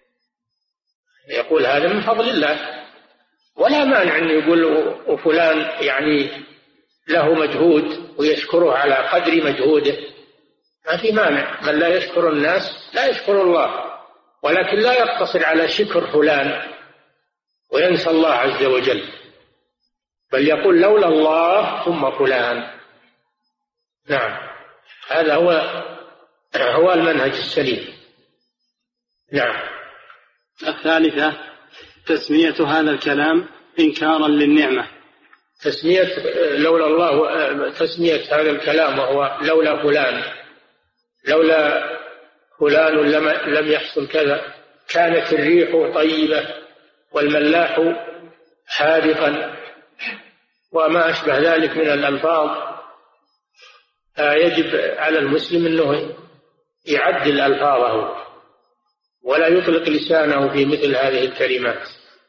يقول هذا من فضل الله، ولا مانع أن يقول وفلان يعني له مجهود ويشكره على قدر مجهوده، ما في مانع. من لا يشكر الناس لا يشكر الله، ولكن لا يقتصر على شكر فلان وينسى الله عز وجل، بل يقول لولا الله ثم فلان. نعم، هذا هو المنهج السليم. نعم. الثالثة تسمية هذا الكلام إنكارا للنعمة. تسمية لولا الله، تسمية هذا الكلام وهو لولا فلان، لولا فلان لم يحصل كذا، كانت الريح طيبة والملاح حارقا وما أشبه ذلك من الألفاظ. يجب على المسلم أنه يعدل ألفاظه ولا يطلق لسانه في مثل هذه الكلمات.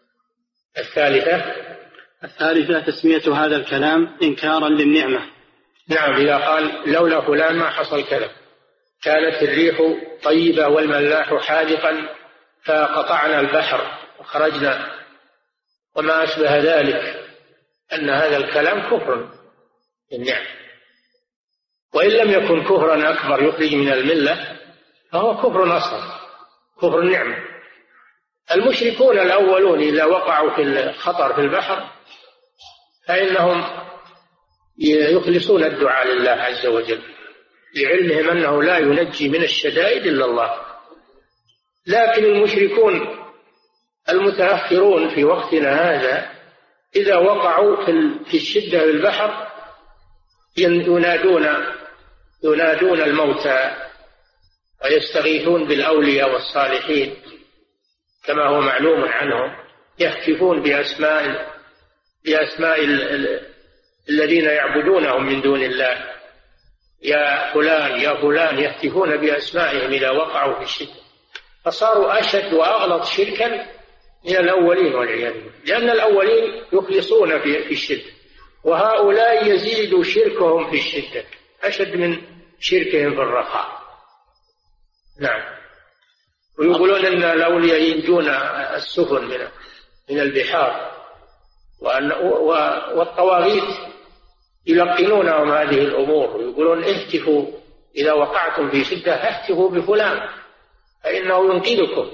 الثالثة تسمية هذا الكلام إنكارا للنعمة. نعم، إذا قال لولا فلان ما حصل كذا، كانت الريح طيبة والملاح حادقا فقطعنا البحر وخرجنا وما أشبه ذلك، أن هذا الكلام كفر بالنعم. وإن لم يكن كفرا أكبر يخرج من الملة فهو كفر أصغر، كفر النعمة. المشركون الأولون إذا وقعوا في الخطر في البحر فإنهم يخلصون الدعاء لله عز وجل لعلمهم أنه لا ينجي من الشدائد إلا الله. لكن المشركون المتأخرون في وقتنا هذا إذا وقعوا في الشدة في البحر ينادون الموتى ويستغيثون بالأولياء والصالحين كما هو معلوم عنهم، يهتفون بأسماء الذين يعبدونهم من دون الله، يا فلان يا فلان، يهتفون بأسمائهم إذا وقعوا في الشدة، فصاروا أشد وأغلط شركا من الأولين والعياذ بالله، لأن الأولين يخلصون في الشدة، وهؤلاء يزيد شركهم في الشدة أشد من شركهم في الرخاء. نعم. ويقولون أن الأولياء ينجون السفن من البحار، والطواغيت يلقنونهم هذه الأمور ويقولون اهتفوا إذا وقعتم في شدة اهتفوا بفلان فإنه ينقذكم.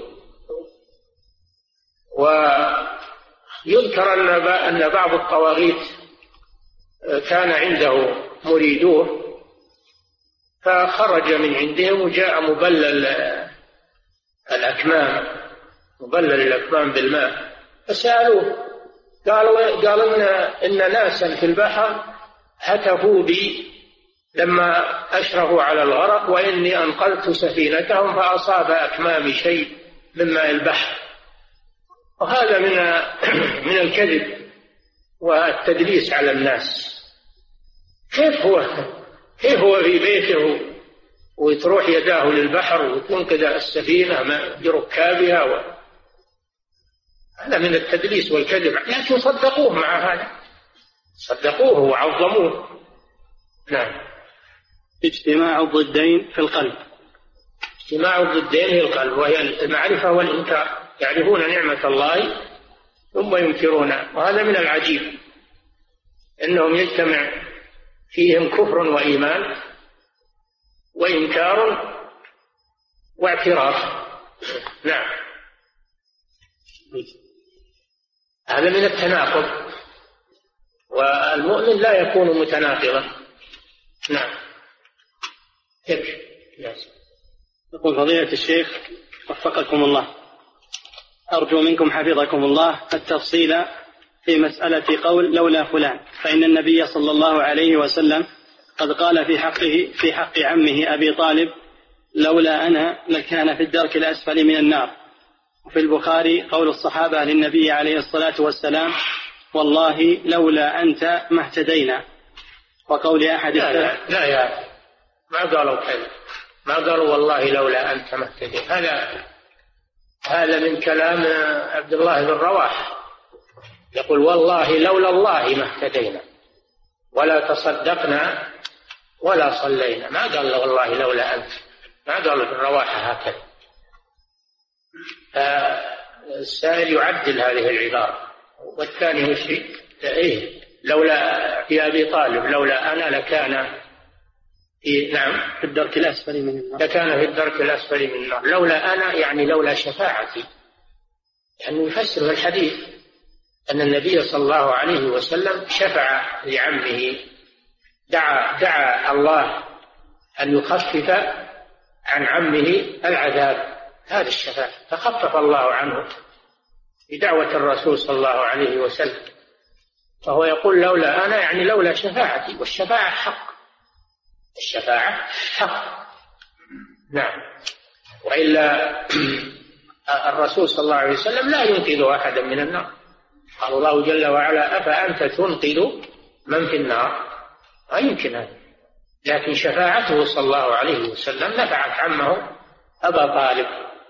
ويذكر أن بعض الطواغيت كان عنده مريدوه فخرج من عندهم وجاء مبلل الأكمام بالماء، فسألوه قالوا إن ناسا في البحر هتفوا بي لما أشرفوا على الغرق، وإني أنقذت سفينتهم فأصاب أكمامي شيء من ماء البحر. وهذا من الكذب والتدليس على الناس. كيف هو في بيته وتروح يداه للبحر وتنقذ السفينة بركابها هذا من التدليس والكذب، لكن صدقوه مع هذا، صدقوه وعظموه. نعم. اجتماع الضدين في القلب. اجتماع الضدين في القلب وهي المعرفة والإنكار، يعرفون نعمة الله ثم ينكرونها. وهذا من العجيب أنهم يجتمع فيهم كفر وإيمان وإنكار واعتراف. نعم. هذا من التناقض، والمؤمن لا يكون متناقضا. نعم. يقول فضيلة الشيخ وفقكم الله، أرجو منكم حفظكم الله التفصيل في مسألة قول لولا فلان، فإن النبي صلى الله عليه وسلم قد قال في حق عمه أبي طالب لولا أنا لكان في الدرك الأسفل من النار. وفي البخاري قول الصحابة للنبي عليه الصلاة والسلام والله لولا أنت ما اهتدينا. وقول أحد لا يا ما قالوا كذا، ما قالوا والله لولا أنت ما اهتدينا. هذا من كلام عبد الله بن رواحة، يقول والله لولا الله ما اهتدينا ولا تصدقنا ولا صلينا. ما قال والله لولا أنت، ما قال ابن رواحة هكذا. السائل يعدل هذه العبارة. والثاني مشرك لولا في أبي طالب لولا أنا لكان في الدرك الأسفل من النار، لكان في الدرك الأسفل من النار. لولا أنا يعني لولا شفاعتي، يعني يفسر الحديث أن النبي صلى الله عليه وسلم شفع لعمه، دعا الله أن يخفف عن عمه العذاب، هذا الشفاعة، فخفف الله عنه بدعوة الرسول صلى الله عليه وسلم. فهو يقول لولا أنا يعني لولا شفاعتي، والشفاعة حق، الشفاعة حق. نعم. وإلا الرسول صلى الله عليه وسلم لا ينقذ أحدا من النار. قال الله جل وعلا أفأنت تنقذ من في النار؟ لا يمكن هذا. لكن شفاعته صلى الله عليه وسلم نفعت عمه أبا طالب،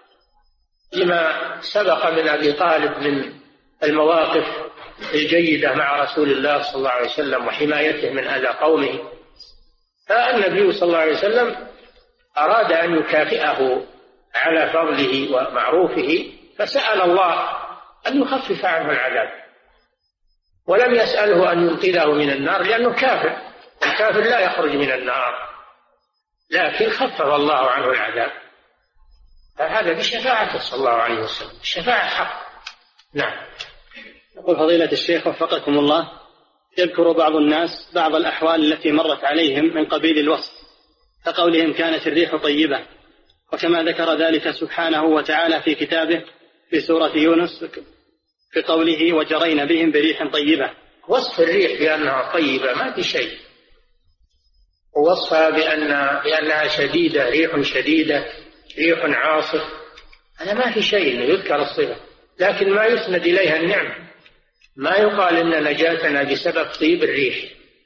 لما سبق من أبي طالب من المواقف الجيدة مع رسول الله صلى الله عليه وسلم وحمايته من أذى قومه. فالنبي صلى الله عليه وسلم أراد أن يكافئه على فضله ومعروفه، فسأل الله أن يخفف عنه العذاب، ولم يسأله أن ينقذه من النار لأنه كافر، الكافر لا يخرج من النار، لكن خفف الله عنه العذاب. فهذا بشفاعته صلى الله عليه وسلم، الشفاعة حق. نعم. يقول فضيلة الشيخ وفقكم الله، يذكر بعض الناس بعض الأحوال التي مرت عليهم من قبيل الوصف، كقولهم كانت الريح طيبة، وكما ذكر ذلك سبحانه وتعالى في كتابه في سورة يونس في قوله وجرين بهم بريح طيبة. وصف الريح بأنها طيبة ما في شيء، ووصفها بأنها شديدة، ريح شديدة، ريح عاصف، هذا ما في شيء يذكر الصفة، لكن ما يسند إليها النعمة. ما يقال إن نجاتنا بسبب طيب الريح،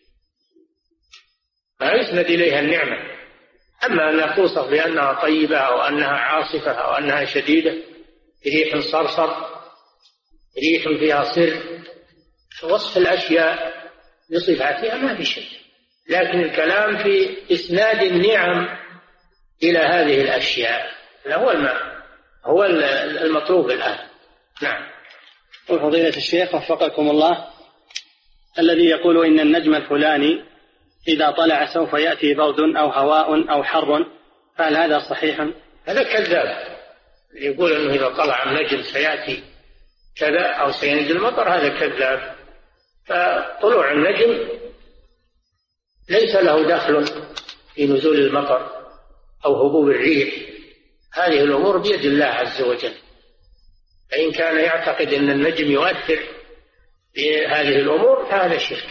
ما يسند إليها النعمة. أما أن توصف بأنها طيبة أو أنها عاصفة أو أنها شديدة، ريح صرصر، ريح فيها صر، وصف الأشياء بصفاتها ما في شيء، لكن الكلام في إسناد النعم إلى هذه الأشياء هو المطلوب الآن. نعم. وفضيلة الشيخ وفقكم الله، الذي يقول إن النجم الفلاني إذا طلع سوف يأتي برد أو هواء أو حر، فهل هذا صحيح؟ هذا كذاب. يقول أنه إذا طلع النجم سيأتي كذا أو سينزل مطر، هذا كذاب. فطلوع النجم ليس له دخل في نزول المطر أو هبوب الريح، هذه الأمور بيد الله عز وجل. فإن كان يعتقد أن النجم يؤثر في هذه الأمور فهذا شرك.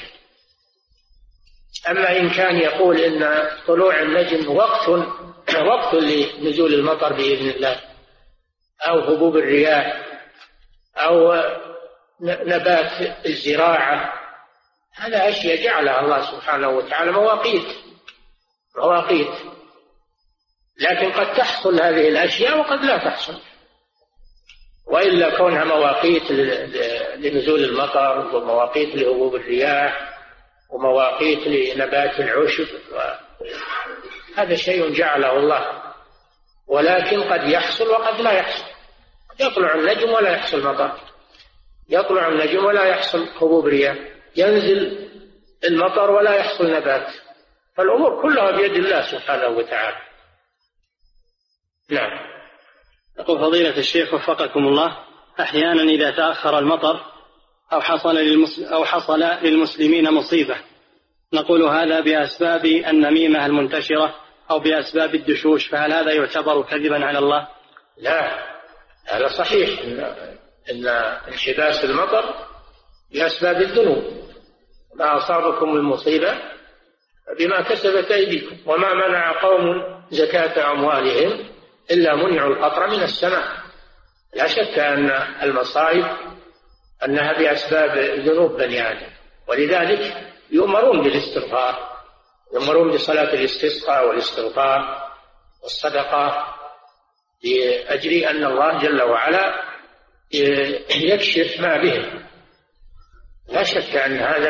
أما إن كان يقول إن طلوع النجم وقت لنزول المطر بإذن الله، أو هبوب الرياح، أو نبات الزراعة، هذا أشياء جعلها الله سبحانه وتعالى مواقيت، لكن قد تحصل هذه الأشياء وقد لا تحصل. وإلا كونها مواقيت لنزول المطر، ومواقيت لهبوب الرياح، ومواقيت لنبات العشب، هذا شيء جعله الله. ولكن قد يحصل وقد لا يحصل. يطلع النجم ولا يحصل مطر، يطلع النجم ولا يحصل هبوب رياح، ينزل المطر ولا يحصل نبات. فالأمور كلها بيد الله سبحانه وتعالى. نعم. يقول فضيلة الشيخ وفقكم الله، أحيانا إذا تأخر المطر أو حصل للمسلمين مصيبة، نقول هذا بأسباب النميمة المنتشرة أو بأسباب الدشوش، فهل هذا يعتبر كذبا على الله؟ لا، هذا صحيح إن انحباس المطر بأسباب الذنوب. ما أصابكم المصيبة بما كسبت أيديكم، وما منع قوم زكاة أموالهم إلا منعوا القطر من السماء. لا شك أن المصائب أنها بأسباب ذنوب بني آدم، ولذلك يؤمرون بالاستغفار، يؤمرون بصلاة الاستسقاء والاستغفار والصدقة لأجل أن الله جل وعلا يكشف ما بهم. لا شك أن هذا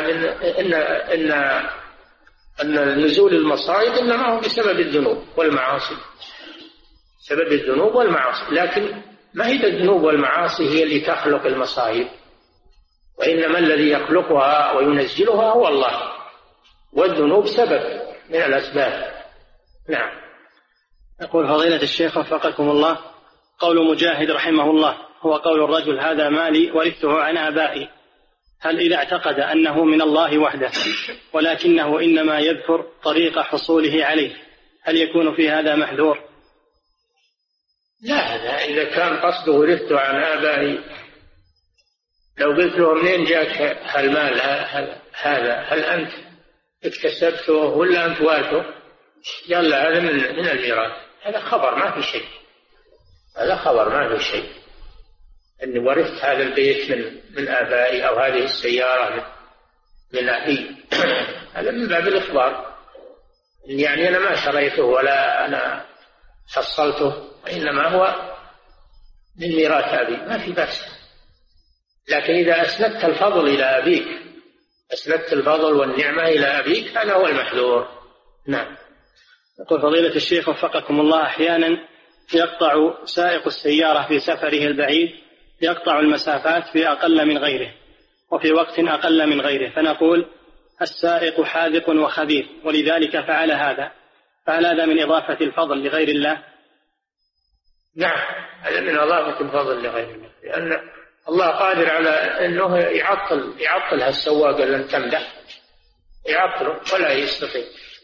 أن نزول المصائب إنما هو بسبب الذنوب والمعاصي، سبب الذنوب والمعاصي. لكن ما هي الذنوب والمعاصي هي اللي تخلق المصائب، وإنما الذي يخلقها وينزلها هو الله، والذنوب سبب من الأسباب. نعم. يقول فضيلة الشيخ وفقكم الله، قول مجاهد رحمه الله هو قول الرجل هذا مالي ورثته عن آبائي، هل إذا اعتقد أنه من الله وحده ولكنه إنما يذكر طريق حصوله عليه، هل يكون في هذا محذور؟ لا، هذا إذا كان قصده ورثته عن آبائي، لو قلت له منين جاك هالمال هذا، هل أنت اكتسبته ولا أنت وارثه؟ قال لا، هذا من الميراث. هذا خبر ما في شيء، هذا خبر ما في شيء، أني ورثت هذا البيت من آبائي، أو هذه السيارة من أبي. هذا من باب الإخبار، يعني أنا ما شريته ولا أنا حصلته، وإنما هو من ميراث أبي، ما في بأس. لكن إذا أسندت الفضل إلى أبيك، أسندت الفضل والنعمة إلى أبيك، هذا هو المحذور. نعم. يقول فضيلة الشيخ وفقكم الله، أحيانا يقطع سائق السيارة في سفره البعيد، يقطع المسافات في أقل من غيره وفي وقت أقل من غيره، فنقول السائق حاذق وخبير ولذلك فعل هذا، فهل هذا من إضافة الفضل لغير الله؟ نعم، هذا من إضافة الفضل لغير الله، لأن الله قادر على أنه يعطل هالسواق لن تمدح، يعطله ولا يستطيع.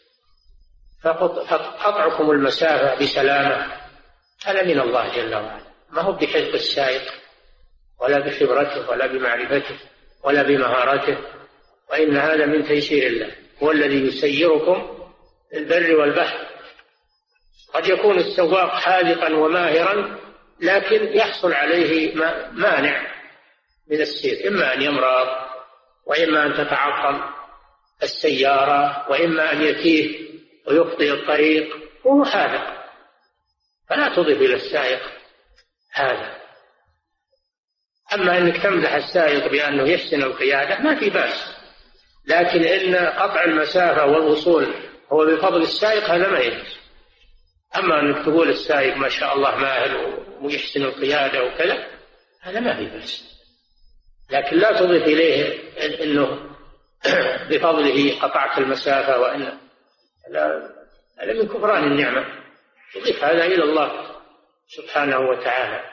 فقطعكم المسافة بسلامة هذا من الله جل وعلا، ما هو بحفظ السائق ولا بخبرته ولا بمعرفته ولا بمهارته، وإن هذا من تيسير الله، هو الذي يسيركم البر والبحر. قد يكون السواق حاذقا وماهرا، لكن يحصل عليه مانع من السير، إما أن يمرض، وإما أن تتعطل السيارة، وإما أن يتيه ويخطئ الطريق وهو حاذق، فلا تضف إلى السائق هذا. أما أنك تمدح السائق بأنه يحسن القيادة ما في بأس، لكن إن قطع المسافة والوصول هو بفضل السائق هذا ما يجوز. أما أنك تقول السائق ما شاء الله ماهر ويحسن القيادة وكذا، هذا ما في بأس، لكن لا تضيف إليه أنه بفضله قطعت المسافة، وإن هذا من كفران النعمة، يضيف هذا إلى الله سبحانه وتعالى.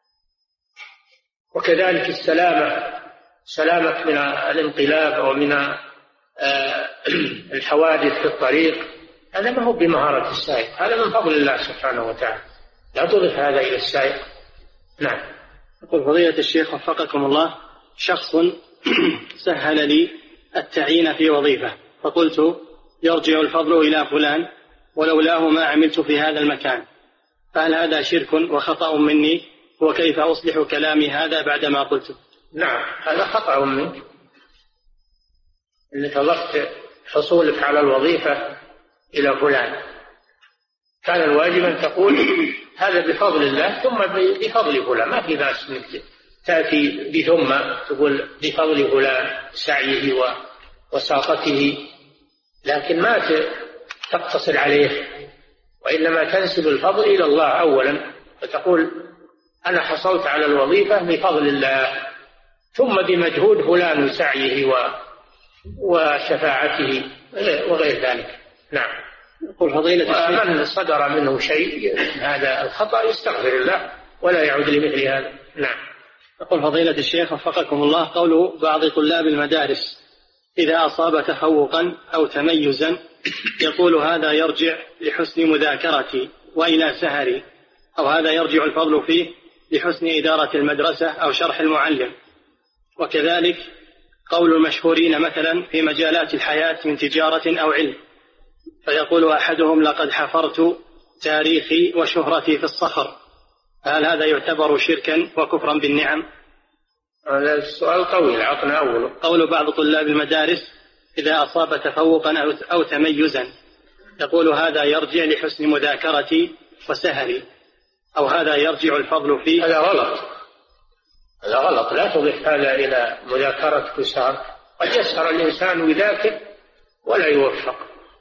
وكذلك سلامة من الانقلاب ومن الحوادث في الطريق، هذا ما هو بمهارة السائق، هذا من فضل الله سبحانه وتعالى، لا تضف هذا إلى السائق. نعم. يقول فضيلة الشيخ وفقكم الله، شخص سهل لي التعيين في وظيفة، فقلت يرجع الفضل إلى فلان ولولاه ما عملت في هذا المكان، فهل هذا شرك وخطأ مني؟ وكيف أصلح كلامي هذا بعدما قلته؟ نعم، هذا خطأ منك، إنك ضفت حصولك على الوظيفة إلى فلان. كان الواجب أن تقول هذا بفضل الله ثم بفضل فلان، ما في بأس انك تأتي بثم تقول بفضل فلان سعيه وساقته، لكن ما تقتصر عليه، وإنما تنسب الفضل إلى الله أولا، فتقول أنا حصلت على الوظيفة بفضل الله ثم بمجهود فلان وسعيه وشفاعته وغير ذلك. نعم. يقول فضيلة ومن صدر منه شيء هذا الخطأ يستغفر الله ولا يعود لمثل هذا. نعم. يقول فضيلة الشيخ وفقكم الله، قول بعض طلاب المدارس إذا أصاب تفوقا أو تميزا يقول هذا يرجع لحسن مذاكرتي وإلى سهري، أو هذا يرجع الفضل فيه لحسن إدارة المدرسة أو شرح المعلم. وكذلك قول المشهورين مثلا في مجالات الحياة من تجارة أو علم، فيقول أحدهم لقد حفرت تاريخي وشهرتي في الصخر، هل هذا يعتبر شركا وكفرا بالنعم؟ هذا السؤال طويل، عطنا أوله. قول بعض طلاب المدارس إذا أصاب تفوقا أو تميزا يقول هذا يرجع لحسن مذاكرتي وسهري، أو هذا يرجع الفضل فيه. هذا غلط، هذا غلط، لا تضيف هذا إلى مذاكرتك وسهر. قد يسهر الإنسان ويذاكر ولا يوفق،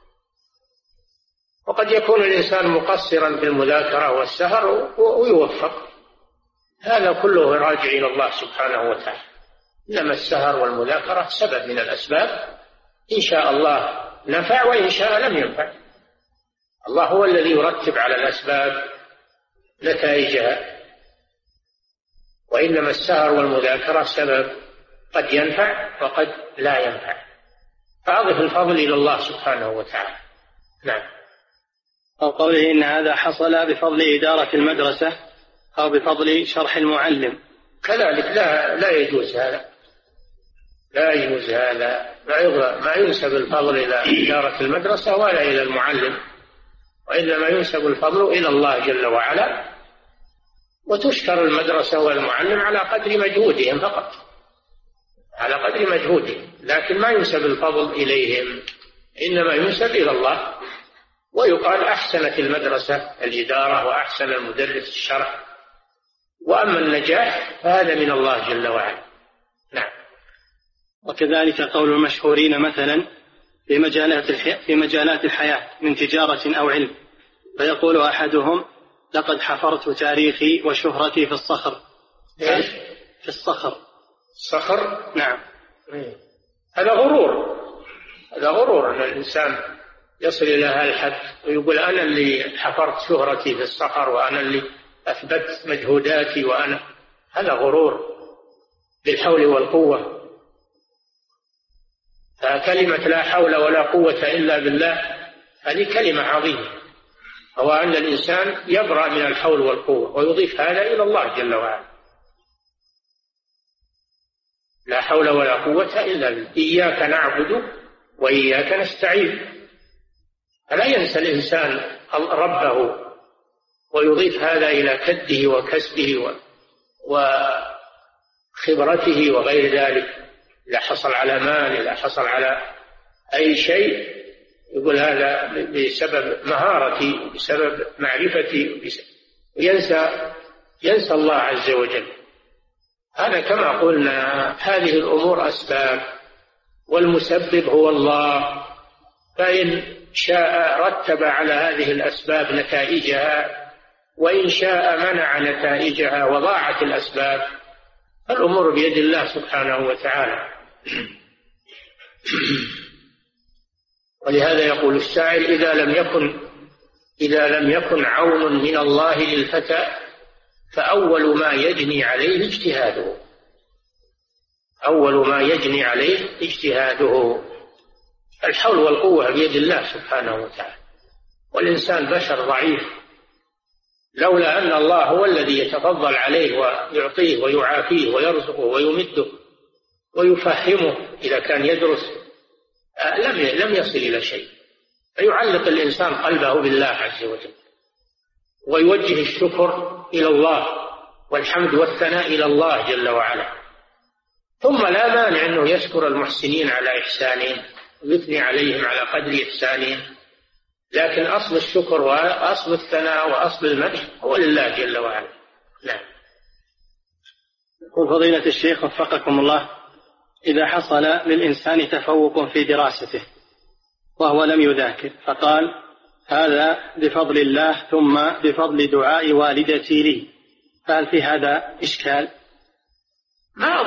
وقد يكون الإنسان مقصرا في المذاكرة والسهر ويوفق، هذا كله راجع إلى الله سبحانه وتعالى. إنما السهر والمذاكرة سبب من الأسباب، إن شاء الله نفع وإن شاء لم ينفع. الله هو الذي يرتب على الأسباب نتائجها، وإنما السهر والمذاكرة سبب قد ينفع وقد لا ينفع، فأضف الفضل إلى الله سبحانه وتعالى. نعم. أو قوله إن هذا حصل بفضل إدارة المدرسة أو بفضل شرح المعلم، كذلك لا يجوز هذا، لا يجوز هذا، ما ينسب الفضل إلى إدارة المدرسة ولا إلى المعلم، وإنما ينسب الفضل إلى الله جل وعلا، وتشكر المدرسة والمعلم على قدر مجهودهم فقط، على قدر مجهودهم، لكن ما ينسب الفضل إليهم، إنما ينسب إلى الله. ويقال أحسنت المدرسة الإدارة وأحسن المدرس الشرح، وأما النجاح فهذا من الله جل وعلا. نعم. وكذلك قول المشهورين مثلا في مجالات الحياة من تجارة أو علم، فيقول أحدهم لقد حفرت تاريخي وشهرتي في الصخر. في الصخر. الصخر؟ نعم. هذا غرور، هذا غرور أن الإنسان يصل إلى هذا الحد ويقول أنا اللي حفرت شهرتي في الصخر وأنا اللي أثبت مجهوداتي وأنا، هذا غرور بالحول والقوة. فكلمة لا حول ولا قوة إلا بالله هذه كلمة عظيمة، هو أن الإنسان يبرأ من الحول والقوة ويضيف هذا إلى الله جل وعلا. لا حول ولا قوة إلا بالله، إياك نعبد وإياك نستعين. فلا ينسى الإنسان ربه ويضيف هذا إلى كده وكسبه وخبرته وغير ذلك. إذا حصل على مال، إذا حصل على أي شيء، يقول هذا بسبب مهارتي، بسبب معرفتي، ينسى الله عز وجل. هذا كما قلنا هذه الأمور أسباب، والمسبب هو الله، فإن شاء رتب على هذه الأسباب نتائجها، وإن شاء منع نتائجها وضاعت الأسباب. الأمور بيد الله سبحانه وتعالى. ولهذا يقول الشاعر: إذا لم يكن عون من الله للفتى فأول ما يجني عليه اجتهاده. أول ما يجني عليه اجتهاده. الحول والقوة بيد الله سبحانه وتعالى، والإنسان بشر ضعيف، لولا أن الله هو الذي يتفضل عليه ويعطيه ويعافيه ويرزقه ويمده ويفهمه إذا كان يدرس لم يصل إلى شيء. فيعلق الإنسان قلبه بالله عز وجل، ويوجه الشكر إلى الله والحمد والثناء إلى الله جل وعلا. ثم لا مانع أنه يشكر المحسنين على إحسانهم ويثني عليهم على قدر إحسانهم، لكن أصل الشكر وأصل الثناء وأصل المدح هو لله جل وعلا. نعم. يقول فضيلة الشيخ وفقكم الله: إذا حصل للإنسان تفوق في دراسته وهو لم يذاكر فقال: هذا بفضل الله ثم بفضل دعاء والدتي لي، فهل في هذا إشكال؟ ما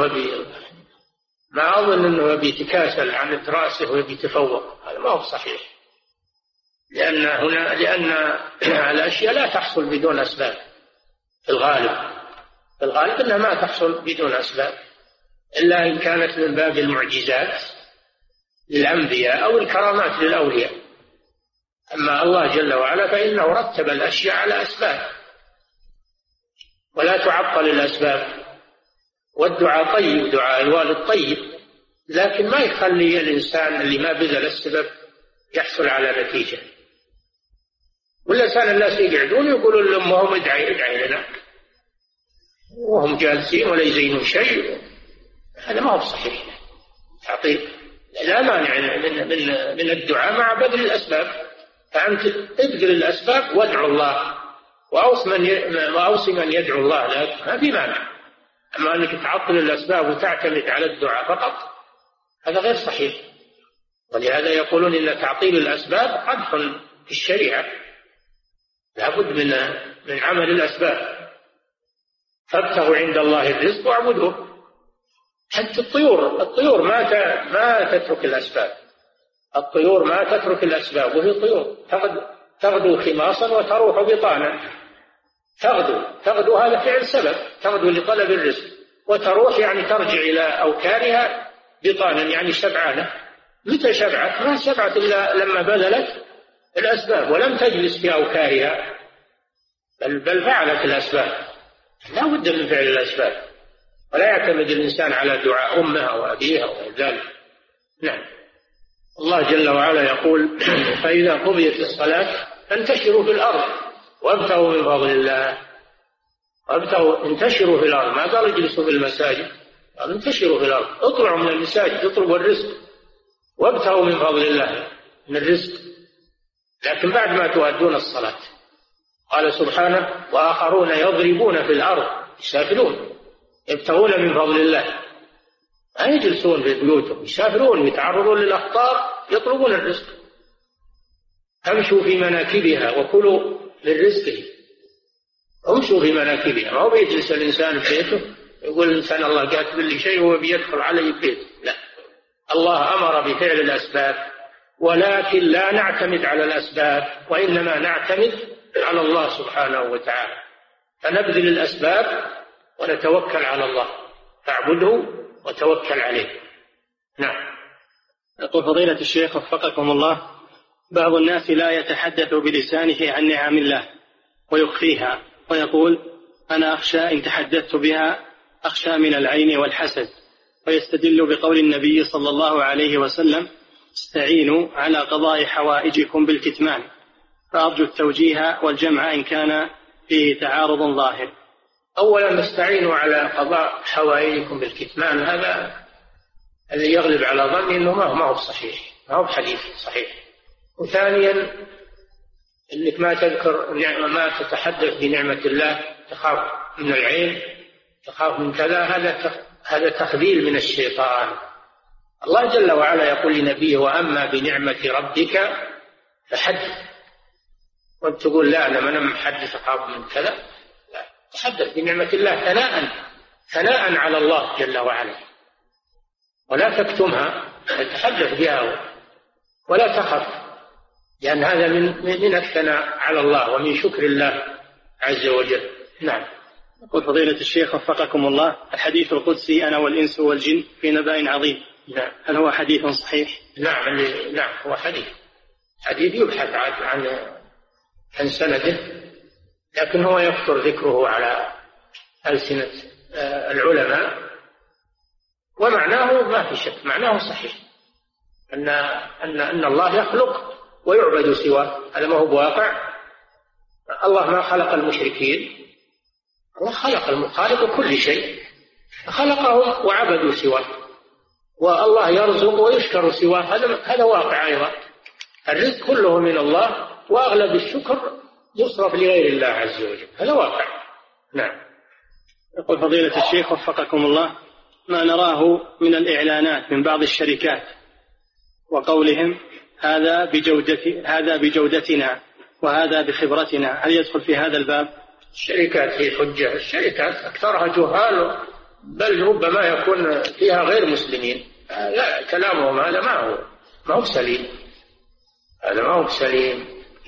أظن أنه بيتكاسل عن الدراسة وبيتفوق، هذا ما هو صحيح، لأن الأشياء لا تحصل بدون أسباب. في الغالب أنها ما تحصل بدون أسباب، إلا إن كانت من باب المعجزات للأنبياء أو الكرامات للأولياء. أما الله جل وعلا فإنه رتب الأشياء على أسباب، ولا تعطل الأسباب. والدعاء طيب، دعاء الوالد طيب، لكن ما يخلي الإنسان اللي ما بذل السبب يحصل على نتيجة. والإنسان الناس يقعدون يقولون لأمهم: ادعي لنا، وهم جالسين ولا يزينون شيء. هذا ما هو صحيح. تعطيل لا مانع من الدعاء مع بذل الأسباب، فأنت ابذل الأسباب وادعو الله، وأوصي من يدعو الله لك، ما في مانع. أما أنك تعطل الأسباب وتعتمد على الدعاء فقط، هذا غير صحيح. ولهذا يقولون إن تعطيل الأسباب قدح في الشريعة، لا بد من عمل الأسباب. فابتغوا عند الله الرزق واعبدوه. حتى الطيور ما تترك الأسباب. الطيور ما تترك الأسباب، وهي طيور تغدو خماصا وتروح بطانا. تغدو هذا فعل سبب، تغدو لطلب الرزق، وتروح يعني ترجع إلى أوكارها بطانا يعني شبعانة. متى شبعت؟ ما شبعت إلا لما بذلت الأسباب ولم تجلس في أوكارها، بل فعلت الأسباب. لا بد من فعل الأسباب، ولا يعتمد الإنسان على دعاء أمها وأبيها وذلك. نعم. الله جل وعلا يقول: فإذا قضيت الصلاة فانتشروا في الأرض وابتغوا من فضل الله. انتشروا في الأرض، ما قال اجلسوا في المساجد، قال انتشروا في الأرض، اطلعوا من المساجد اطلبوا الرزق وابتغوا من فضل الله، من الرزق، لكن بعد ما تؤدون الصلاة. قال سبحانه: وآخرون يضربون في الأرض يسافرون يبتغون من فضل الله. ما يجلسون في بيوتهم، يسافرون يتعرضون للأخطار يطلبون الرزق. امشوا في مناكبها وكلوا من رزقه. امشوا في مناكبها، ما هو بيجلس الإنسان في بيته يقول الإنسان الله كاتب لي شيء وهو بيدخل علي البيت. لا، الله أمر بفعل الأسباب، ولكن لا نعتمد على الأسباب، وإنما نعتمد على الله سبحانه وتعالى. فنبذل الأسباب ونتوكل على الله، فاعبده وتوكل عليه. نعم. يقول فضيلة الشيخ وفقكم الله: بعض الناس لا يتحدث بلسانه عن نعم الله ويخفيها، ويقول: أنا أخشى إن تحدثت بها أخشى من العين والحسد، ويستدل بقول النبي صلى الله عليه وسلم: استعينوا على قضاء حوائجكم بالكتمان. فأرجو التوجيه والجمع إن كان فيه تعارض ظاهر. أولا نستعينوا على قضاء حوائجكم بالكتمان، هذا الذي يغلب على ظني أنه ما هو صحيح، ما هو حديث صحيح. وثانيا أنك ما تذكر نعمة، ما تتحدث بنعمة الله، تخاف من العين، تخاف من كذا، هذا تخذيل من الشيطان. الله جل وعلا يقول لنبيه: وأما بنعمة ربك فحدث. وانت تقول: لا أنا محدث أخاف من كذا. لا، تحدث بنعمة الله ثناء على الله جل وعلا، ولا تكتمها. تتحدث بها ولا تخف، لأن هذا من الثناء على الله ومن شكر الله عز وجل. نعم. يقول فضيلة الشيخ وفقكم الله: الحديث القدسي أنا والإنس والجن في نبأ عظيم، نعم. هل هو حديث صحيح؟ نعم هو حديث يبحث عن سنده، لكن هو يكثر ذكره على ألسنة العلماء، ومعناه ما في شك، معناه صحيح، أن الله يخلق ويعبد سواه. هذا ما هو بواقع. الله ما خلق المشركين، الله خالق كل شيء، خلقهم وعبدوا سواه، والله يرزق ويشكر سواه، هذا واقع أيضا. الرزق كله من الله، وأغلب الشكر يصرف لغير الله عز وجل، هذا واقع. نعم. يقول فضيلة الشيخ وفقكم الله: ما نراه من الإعلانات من بعض الشركات وقولهم هذا بجودتنا وهذا بخبرتنا، هل يدخل في هذا الباب؟ الشركات هي حجة، الشركات أكثرها جهال، بل ربما يكون فيها غير مسلمين. لا، كلامهم هذا ما هو سليم، هذا ما هو سليم.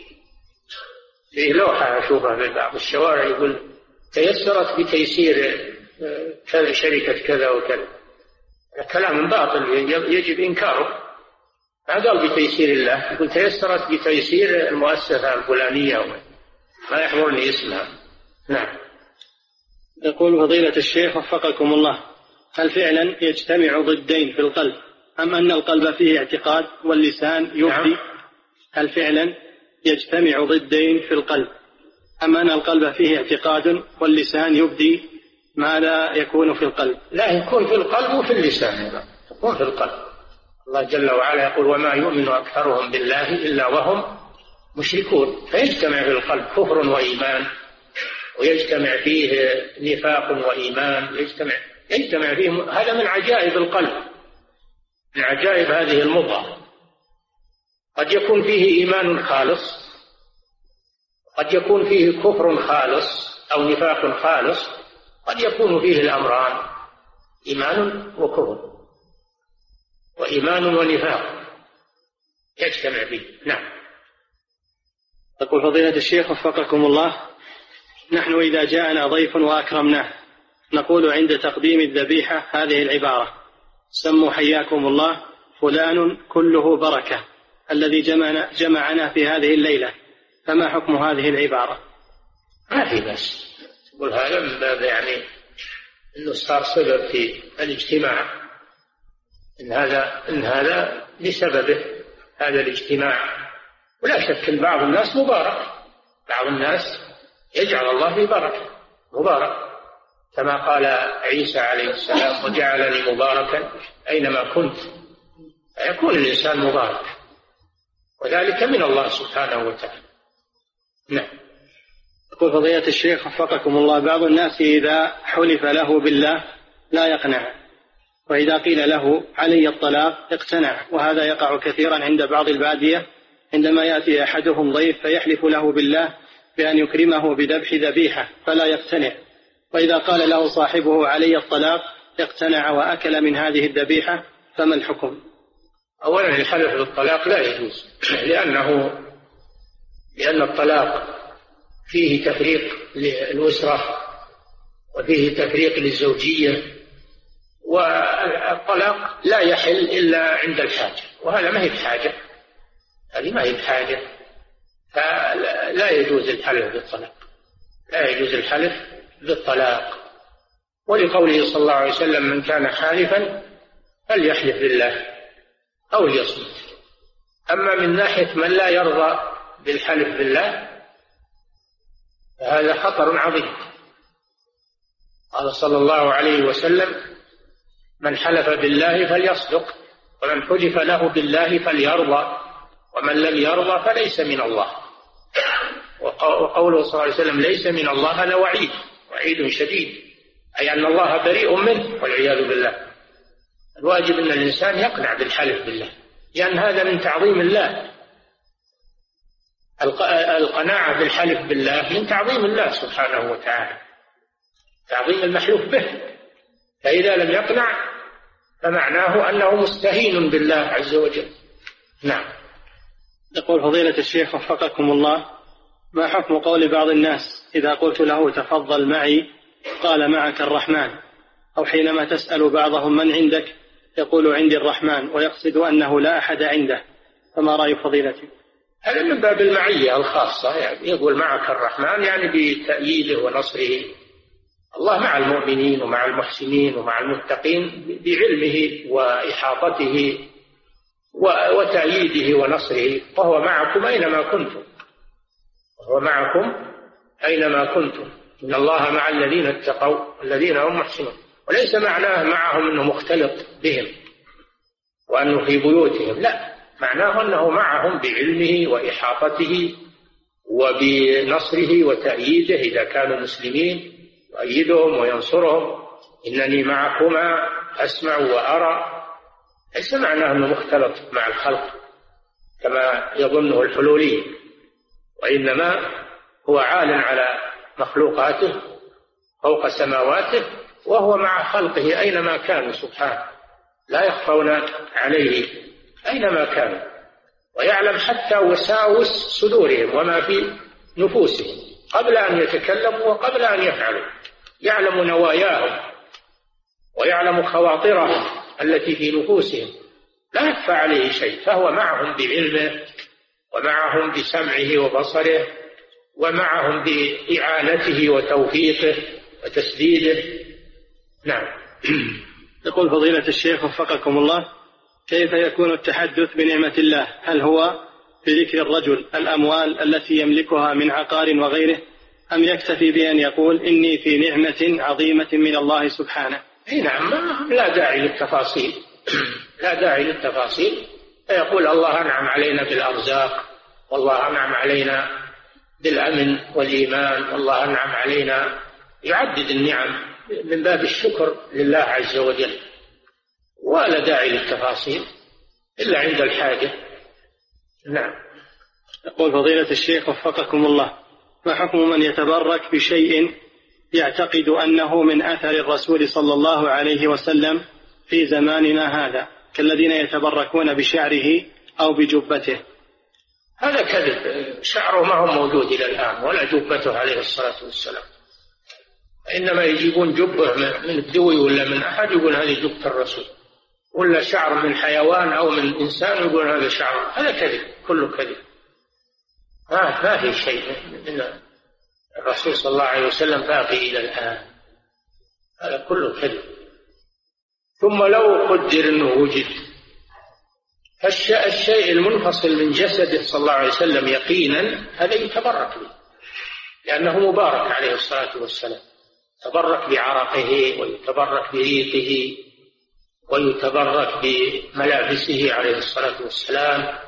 فيه لوحة أشوفها في بعض الشوارع يقول تيسرت بتيسير شركة كذا وكذا، كلام باطل يجب إنكاره. ما قال بتيسير الله، يقول تيسرت بتيسير المؤسسة الفلانية، ما يحضرني اسمها. نعم. يقول فضيلة الشيخ وفقكم الله: هل فعلا يجتمع ضدين في القلب، أم أن القلب فيه اعتقاد واللسان يبدي؟ نعم. هل فعلا يجتمع ضدين في القلب، أم أن القلب فيه اعتقاد واللسان يبدي ما لا يكون في القلب؟ لا، يكون في القلب وفي اللسان، يكون في القلب. الله جل وعلا يقول: وما يؤمن أكثرهم بالله إلا وهم مشركون. فيجتمع في القلب كفر وإيمان، ويجتمع فيه نفاق وإيمان، يجتمع فيه. هذا من عجائب القلب، من عجائب هذه المضغة. قد يكون فيه إيمان خالص، قد يكون فيه كفر خالص أو نفاق خالص، قد يكون فيه الأمران، إيمان وكفر، وإيمان ونفاق يجتمع فيه. نعم. يقول فضيلة الشيخ وفقكم الله: نحن إذا جاءنا ضيف وأكرمناه نقول عند تقديم الذبيحة هذه العبارة: سموا حياكم الله فلان كله بركة الذي جمعنا في هذه الليلة، فما حكم هذه العبارة؟ ما في بس تقول هذا من باب أنه صار سبب في الاجتماع، إن هذا بسببه هذا الاجتماع. ولا شك أن بعض الناس مبارك، بعض الناس يجعل الله في بركة مبارك، كما قال عيسى عليه السلام: وجعلني مباركا أينما كنت. فيكون الإنسان مبارك، وذلك من الله سبحانه وتعالى. نعم. يقول فضيلة الشيخ وفقكم الله: بعض الناس إذا حلف له بالله لا يقنع، وإذا قيل له علي الطلاق اقتنع، وهذا يقع كثيرا عند بعض البادية، عندما يأتي أحدهم ضيف فيحلف له بالله بأن يكرمه بذبح ذبيحة فلا يقتنع، وإذا قال له صاحبه علي الطلاق اقتنع وأكل من هذه الذبيحة، فما الحكم؟ أولا الحلف بالطلاق لا يجوز، لأن الطلاق فيه تفريق للأسرة وفيه تفريق للزوجية، والطلاق لا يحل إلا عند الحاجة، وهذا ما هي بحاجة، هذه ما هي بحاجة، فلا يجوز الحلف بالطلاق، لا يجوز الحلف بالطلاق. ولقوله صلى الله عليه وسلم: من كان حالفا فليحلف بالله أو ليصمت. أما من ناحية من لا يرضى بالحلف بالله فهذا خطر عظيم. قال صلى الله عليه وسلم: من حلف بالله فليصدق، ومن حلف له بالله فليرضى، ومن لم يرضى فليس من الله. وقوله صلى الله عليه وسلم: ليس من الله، هذا وعيد شديد، أي أن الله بريء منه والعياذ بالله. الواجب أن الإنسان يقنع بالحلف بالله، لأن هذا من تعظيم الله. القناعة بالحلف بالله من تعظيم الله سبحانه وتعالى، تعظيم المحلوف به. فإذا لم يقنع فمعناه أنه مستهين بالله عز وجل. نعم. يقول فضيلة الشيخ وفقكم الله: ما حكم قول بعض الناس إذا قلت له تفضل معي قال معك الرحمن، أو حينما تسأل بعضهم من عندك يقول عندي الرحمن ويقصد أنه لا أحد عنده، فما رأي فضيلتي؟ هذا من باب المعية الخاصة، يعني يقول معك الرحمن يعني بتأييده ونصره. الله مع المؤمنين ومع المحسنين ومع المتقين بعلمه وإحاطته وتأييده ونصره، وهو معكم أينما كنتم، وهو معكم أينما كنتم. إن الله مع الذين اتقوا الذين هم محسنون. وليس معناه معهم أنه مختلط بهم وأنه في بيوتهم، لا، معناه أنه معهم بعلمه وإحاطته وبنصره وتأييده إذا كانوا مسلمين، يؤيدهم وينصرهم. إنني معكما أسمع وأرى، ليس معناه أنه مختلط مع الخلق كما يظنه الحلوليين، وإنما هو عال على مخلوقاته فوق سماواته، وهو مع خلقه أينما كانوا سبحانه، لا يخفون عليه أينما كانوا، ويعلم حتى وساوس صدورهم وما في نفوسهم قبل أن يتكلموا وقبل أن يفعلوا. يعلم نواياهم ويعلم خواطرهم التي في نفوسهم، لا يخفى عليه شيء، فهو معهم بعلمه ومعهم بسمعه وبصره ومعهم بإعانته وتوفيقه وتسديده. نعم. يقول فضيلة الشيخ وفقكم الله: كيف يكون التحدث بنعمة الله؟ هل هو بذكر الرجل الأموال التي يملكها من عقار وغيره، أم يكتفي بأن يقول إني في نعمة عظيمة من الله سبحانه؟ نعم، لا داعي للتفاصيل، لا داعي للتفاصيل. فيقول الله أنعم علينا بالأرزاق، والله أنعم علينا بالأمن والإيمان، والله أنعم علينا، يعدد النعم من باب الشكر لله عز وجل، ولا داعي للتفاصيل إلا عند الحاجة. نعم. يقول فضيلة الشيخ وفقكم الله: ما حكم من يتبرك بشيء يعتقد أنه من أثر الرسول صلى الله عليه وسلم في زماننا هذا، كالذين يتبركون بشعره أو بجبته؟ هذا كذب، شعره ما هو موجود إلى الآن ولا جبته عليه الصلاة والسلام، إنما يجيبون جبه من الدوي ولا من أحد يقول هذه جبة الرسول، ولا شعر من حيوان أو من إنسان يقول هذا شعر. هذا كذب، كله كذب، ما في شيء من الرسول صلى الله عليه وسلم باقي إلى الآن، هذا كله كذب. ثم لو قدر أنه وجد الشيء المنفصل من جسده صلى الله عليه وسلم يقينا، هذا يتبرك به لأنه مبارك عليه الصلاة والسلام، يتبرك بعرقه ويتبرك بريقه ويتبرك بملابسه عليه الصلاة والسلام،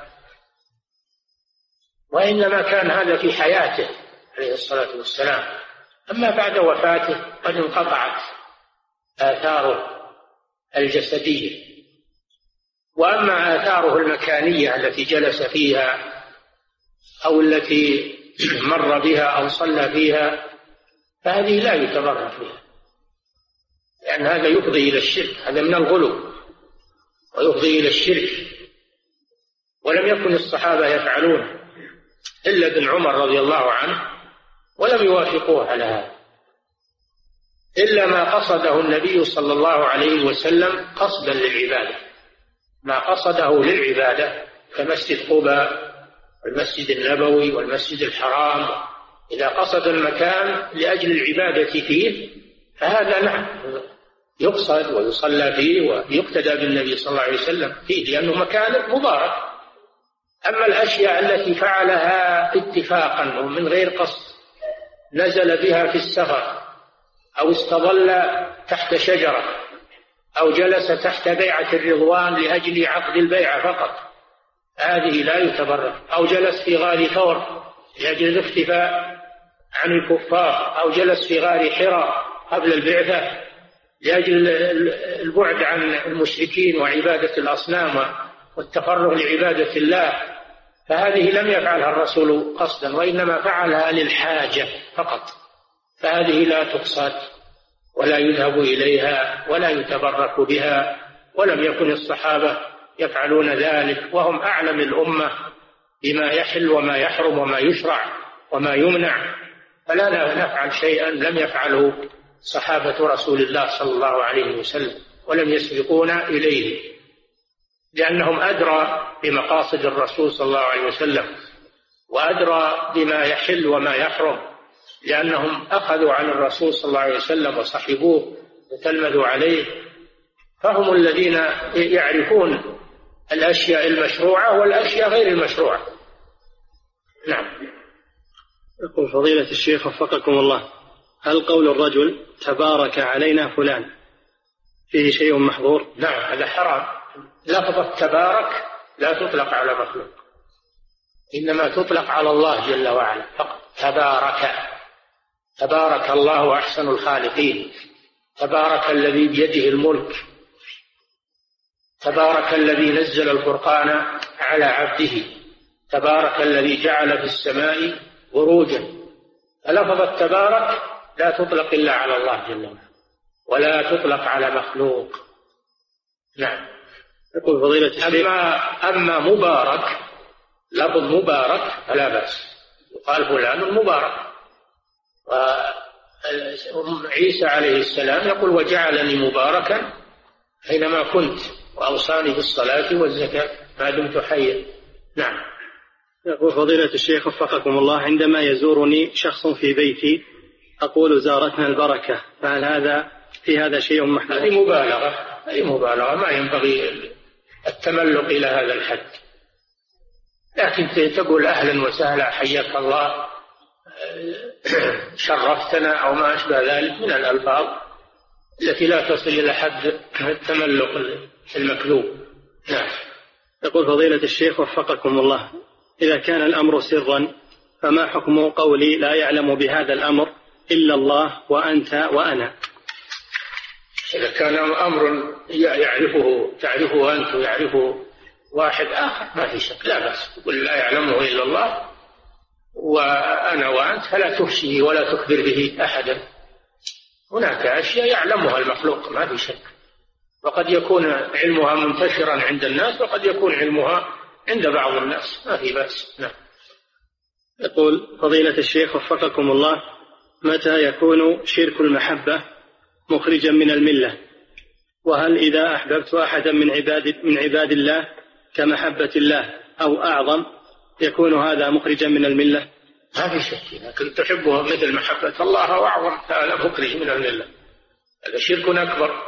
وإنما كان هذا في حياته عليه الصلاة والسلام. أما بعد وفاته قد انقطعت آثاره الجسدية، وأما آثاره المكانية التي جلس فيها أو التي مر بها أو صلى فيها فهذه لا يتبرك بها، لأن هذا يفضي إلى الشرك، هذا من الغلو ويفضي إلى الشرك، ولم يكن الصحابة يفعلون إلا ابن عمر رضي الله عنه، ولم يوافقوه على هذا، إلا ما قصده النبي صلى الله عليه وسلم قصدا للعبادة، ما قصده للعبادة كمسجد قباء والمسجد النبوي والمسجد الحرام، إذا قصد المكان لأجل العبادة فيه فهذا نعم يقصد ويصلى فيه ويقتدى بالنبي صلى الله عليه وسلم فيه، لأنه مكان مبارك. أما الأشياء التي فعلها اتفاقا ومن غير قصد، نزل بها في السفر أو استظل تحت شجرة أو جلس تحت بيعة الرضوان لأجل عقد البيعة فقط، هذه لا يتبرك، أو جلس في غار ثور لأجل الاختفاء عن الكفار، أو جلس في غار حراء قبل البعثة لأجل البعد عن المشركين وعبادة الأصنام والتفرغ لعبادة الله، فهذه لم يفعلها الرسول قصدا، وإنما فعلها للحاجة فقط، فهذه لا تقصد ولا يذهب إليها ولا يتبرك بها ولم يكن الصحابة يفعلون ذلك، وهم أعلم الأمة بما يحل وما يحرم وما يشرع وما يمنع، فلا نفعل شيئا لم يفعله صحابة رسول الله صلى الله عليه وسلم ولم يسبقونا إليه، لأنهم أدرى بمقاصد الرسول صلى الله عليه وسلم وأدرى بما يحل وما يحرم، لأنهم أخذوا عن الرسول صلى الله عليه وسلم وصحبوه وتلمذوا عليه، فهم الذين يعرفون الأشياء المشروعة والأشياء غير المشروعة. نعم. يقول فضيلة الشيخ وفقكم الله: هل قول الرجل تبارك علينا فلان فيه شيء محظور؟ نعم، هذا حرام. لفظة تبارك لا تطلق على مخلوق، إنما تطلق على الله جل وعلا فقط. تبارك الله أحسن الخالقين، تبارك الذي بيده الملك، تبارك الذي نزل الفرقان على عبده، تبارك الذي جعل في السماء بروجا. فلفظة تبارك لا تطلق إلا على الله جل وعلا ولا تطلق على مخلوق. نعم. يقول فضيلة الشيخ: أما مبارك، لفظ مبارك فلا بأس، يقال فلان مبارك. وعيسى عليه السلام يقول: وجعلني مباركا حينما كنت وأوصاني بالصلاة والزكاة ما دمت حيا. نعم. يقول فضيلة الشيخ وفقكم الله: عندما يزورني شخص في بيتي أقول زارتنا البركة، فهل هذا شيء محدود؟ هذه مبالغة، ما ينبغي التملق إلى هذا الحد، لكن تقول أهلا وسهلا، حياك الله، شرفتنا، أو ما أشبه ذلك من الألفاظ التي لا تصل إلى حد التملق المكذوب. نعم. يقول فضيلة الشيخ وفقكم الله: إذا كان الأمر سرا فما حكم قولي لا يعلم بهذا الأمر إلا الله وأنت وأنا؟ إذا كان أمر تعرفه أنت ويعرفه واحد آخر ما في شك، لا بأس تقول لا يعلمه إلا الله وأنا وأنت، فلا تفشي ولا تخبر به أحدا. هناك أشياء يعلمها المخلوق ما في شك، وقد يكون علمها منتشرا عند الناس وقد يكون علمها عند بعض الناس، ما في بأس. نعم. يقول فضيلة الشيخ وفقكم الله: متى يكون شرك المحبة مخرجا من الملة؟ وهل إذا أحببت أحدا من عباد الله كمحبة الله أو أعظم يكون هذا مخرجا من الملة؟ ما في شك، لكن تحبه مثل محبة الله أو أعظم هذا مخرج من الملة، هذا شرك أكبر.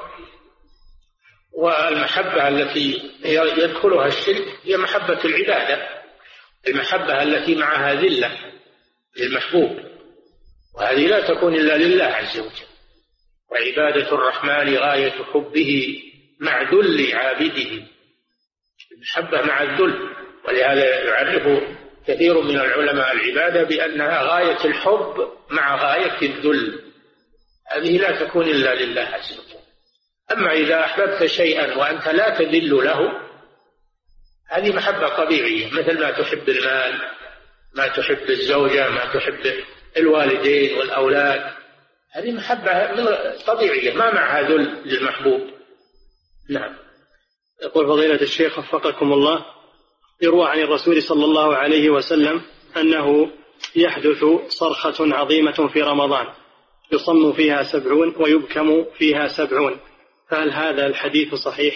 والمحبة التي يدخلها الشرك هي محبة العبادة، المحبة التي معها ذلة للمحبوب، وهذه لا تكون إلا لله عز وجل. وعبادة الرحمن غاية حبه مع ذل عابده، المحبة مع الذل، ولهذا يعرف كثير من العلماء العبادة بأنها غاية الحب مع غاية الذل، هذه لا تكون إلا لله عز وجل. أما إذا أحببت شيئا وأنت لا تذل له، هذه محبة طبيعية، مثل ما تحب المال، ما تحب الزوجة، ما تحب الوالدين والأولاد، هذه محبة طبيعية ما معها ذل للمحبوب. نعم. يقول فضيلة الشيخ وفقكم الله: يروى عن الرسول صلى الله عليه وسلم أنه يحدث صرخة عظيمة في رمضان يصم فيها 70 ويبكم فيها 70، فهل هذا الحديث صحيح؟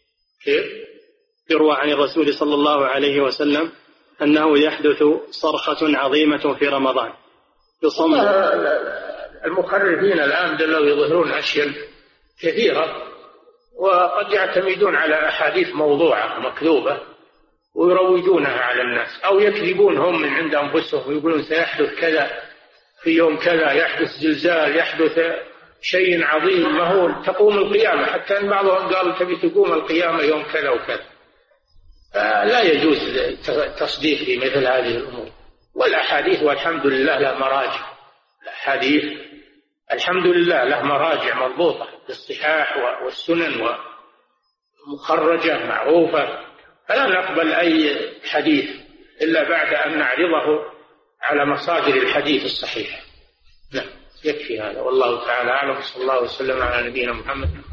يروى عن الرسول صلى الله عليه وسلم أنه يحدث صرخة عظيمة في رمضان يصم. المخرفين الآن دلوا يظهرون أشياء كثيرة، وقد يعتمدون على أحاديث موضوعة مكذوبة ويروجونها على الناس، أو يكذبون هم من عند أنفسهم ويقولون سيحدث كذا في يوم كذا، يحدث زلزال، يحدث شيء عظيم مهول، تقوم القيامة، حتى أن بعضهم قال تبي تقوم القيامة يوم كذا وكذا. لا يجوز التصديق في مثل هذه الأمور. والأحاديث والحمد لله لها مراجع، الأحاديث الحمد لله له مراجع مضبوطة بالصحاح والسنن ومخرجة معروفة، فلا نقبل أي حديث إلا بعد أن نعرضه على مصادر الحديث الصحيح. نعم، يكفي هذا، والله تعالى أعلم. صلى الله وسلم على نبينا محمد.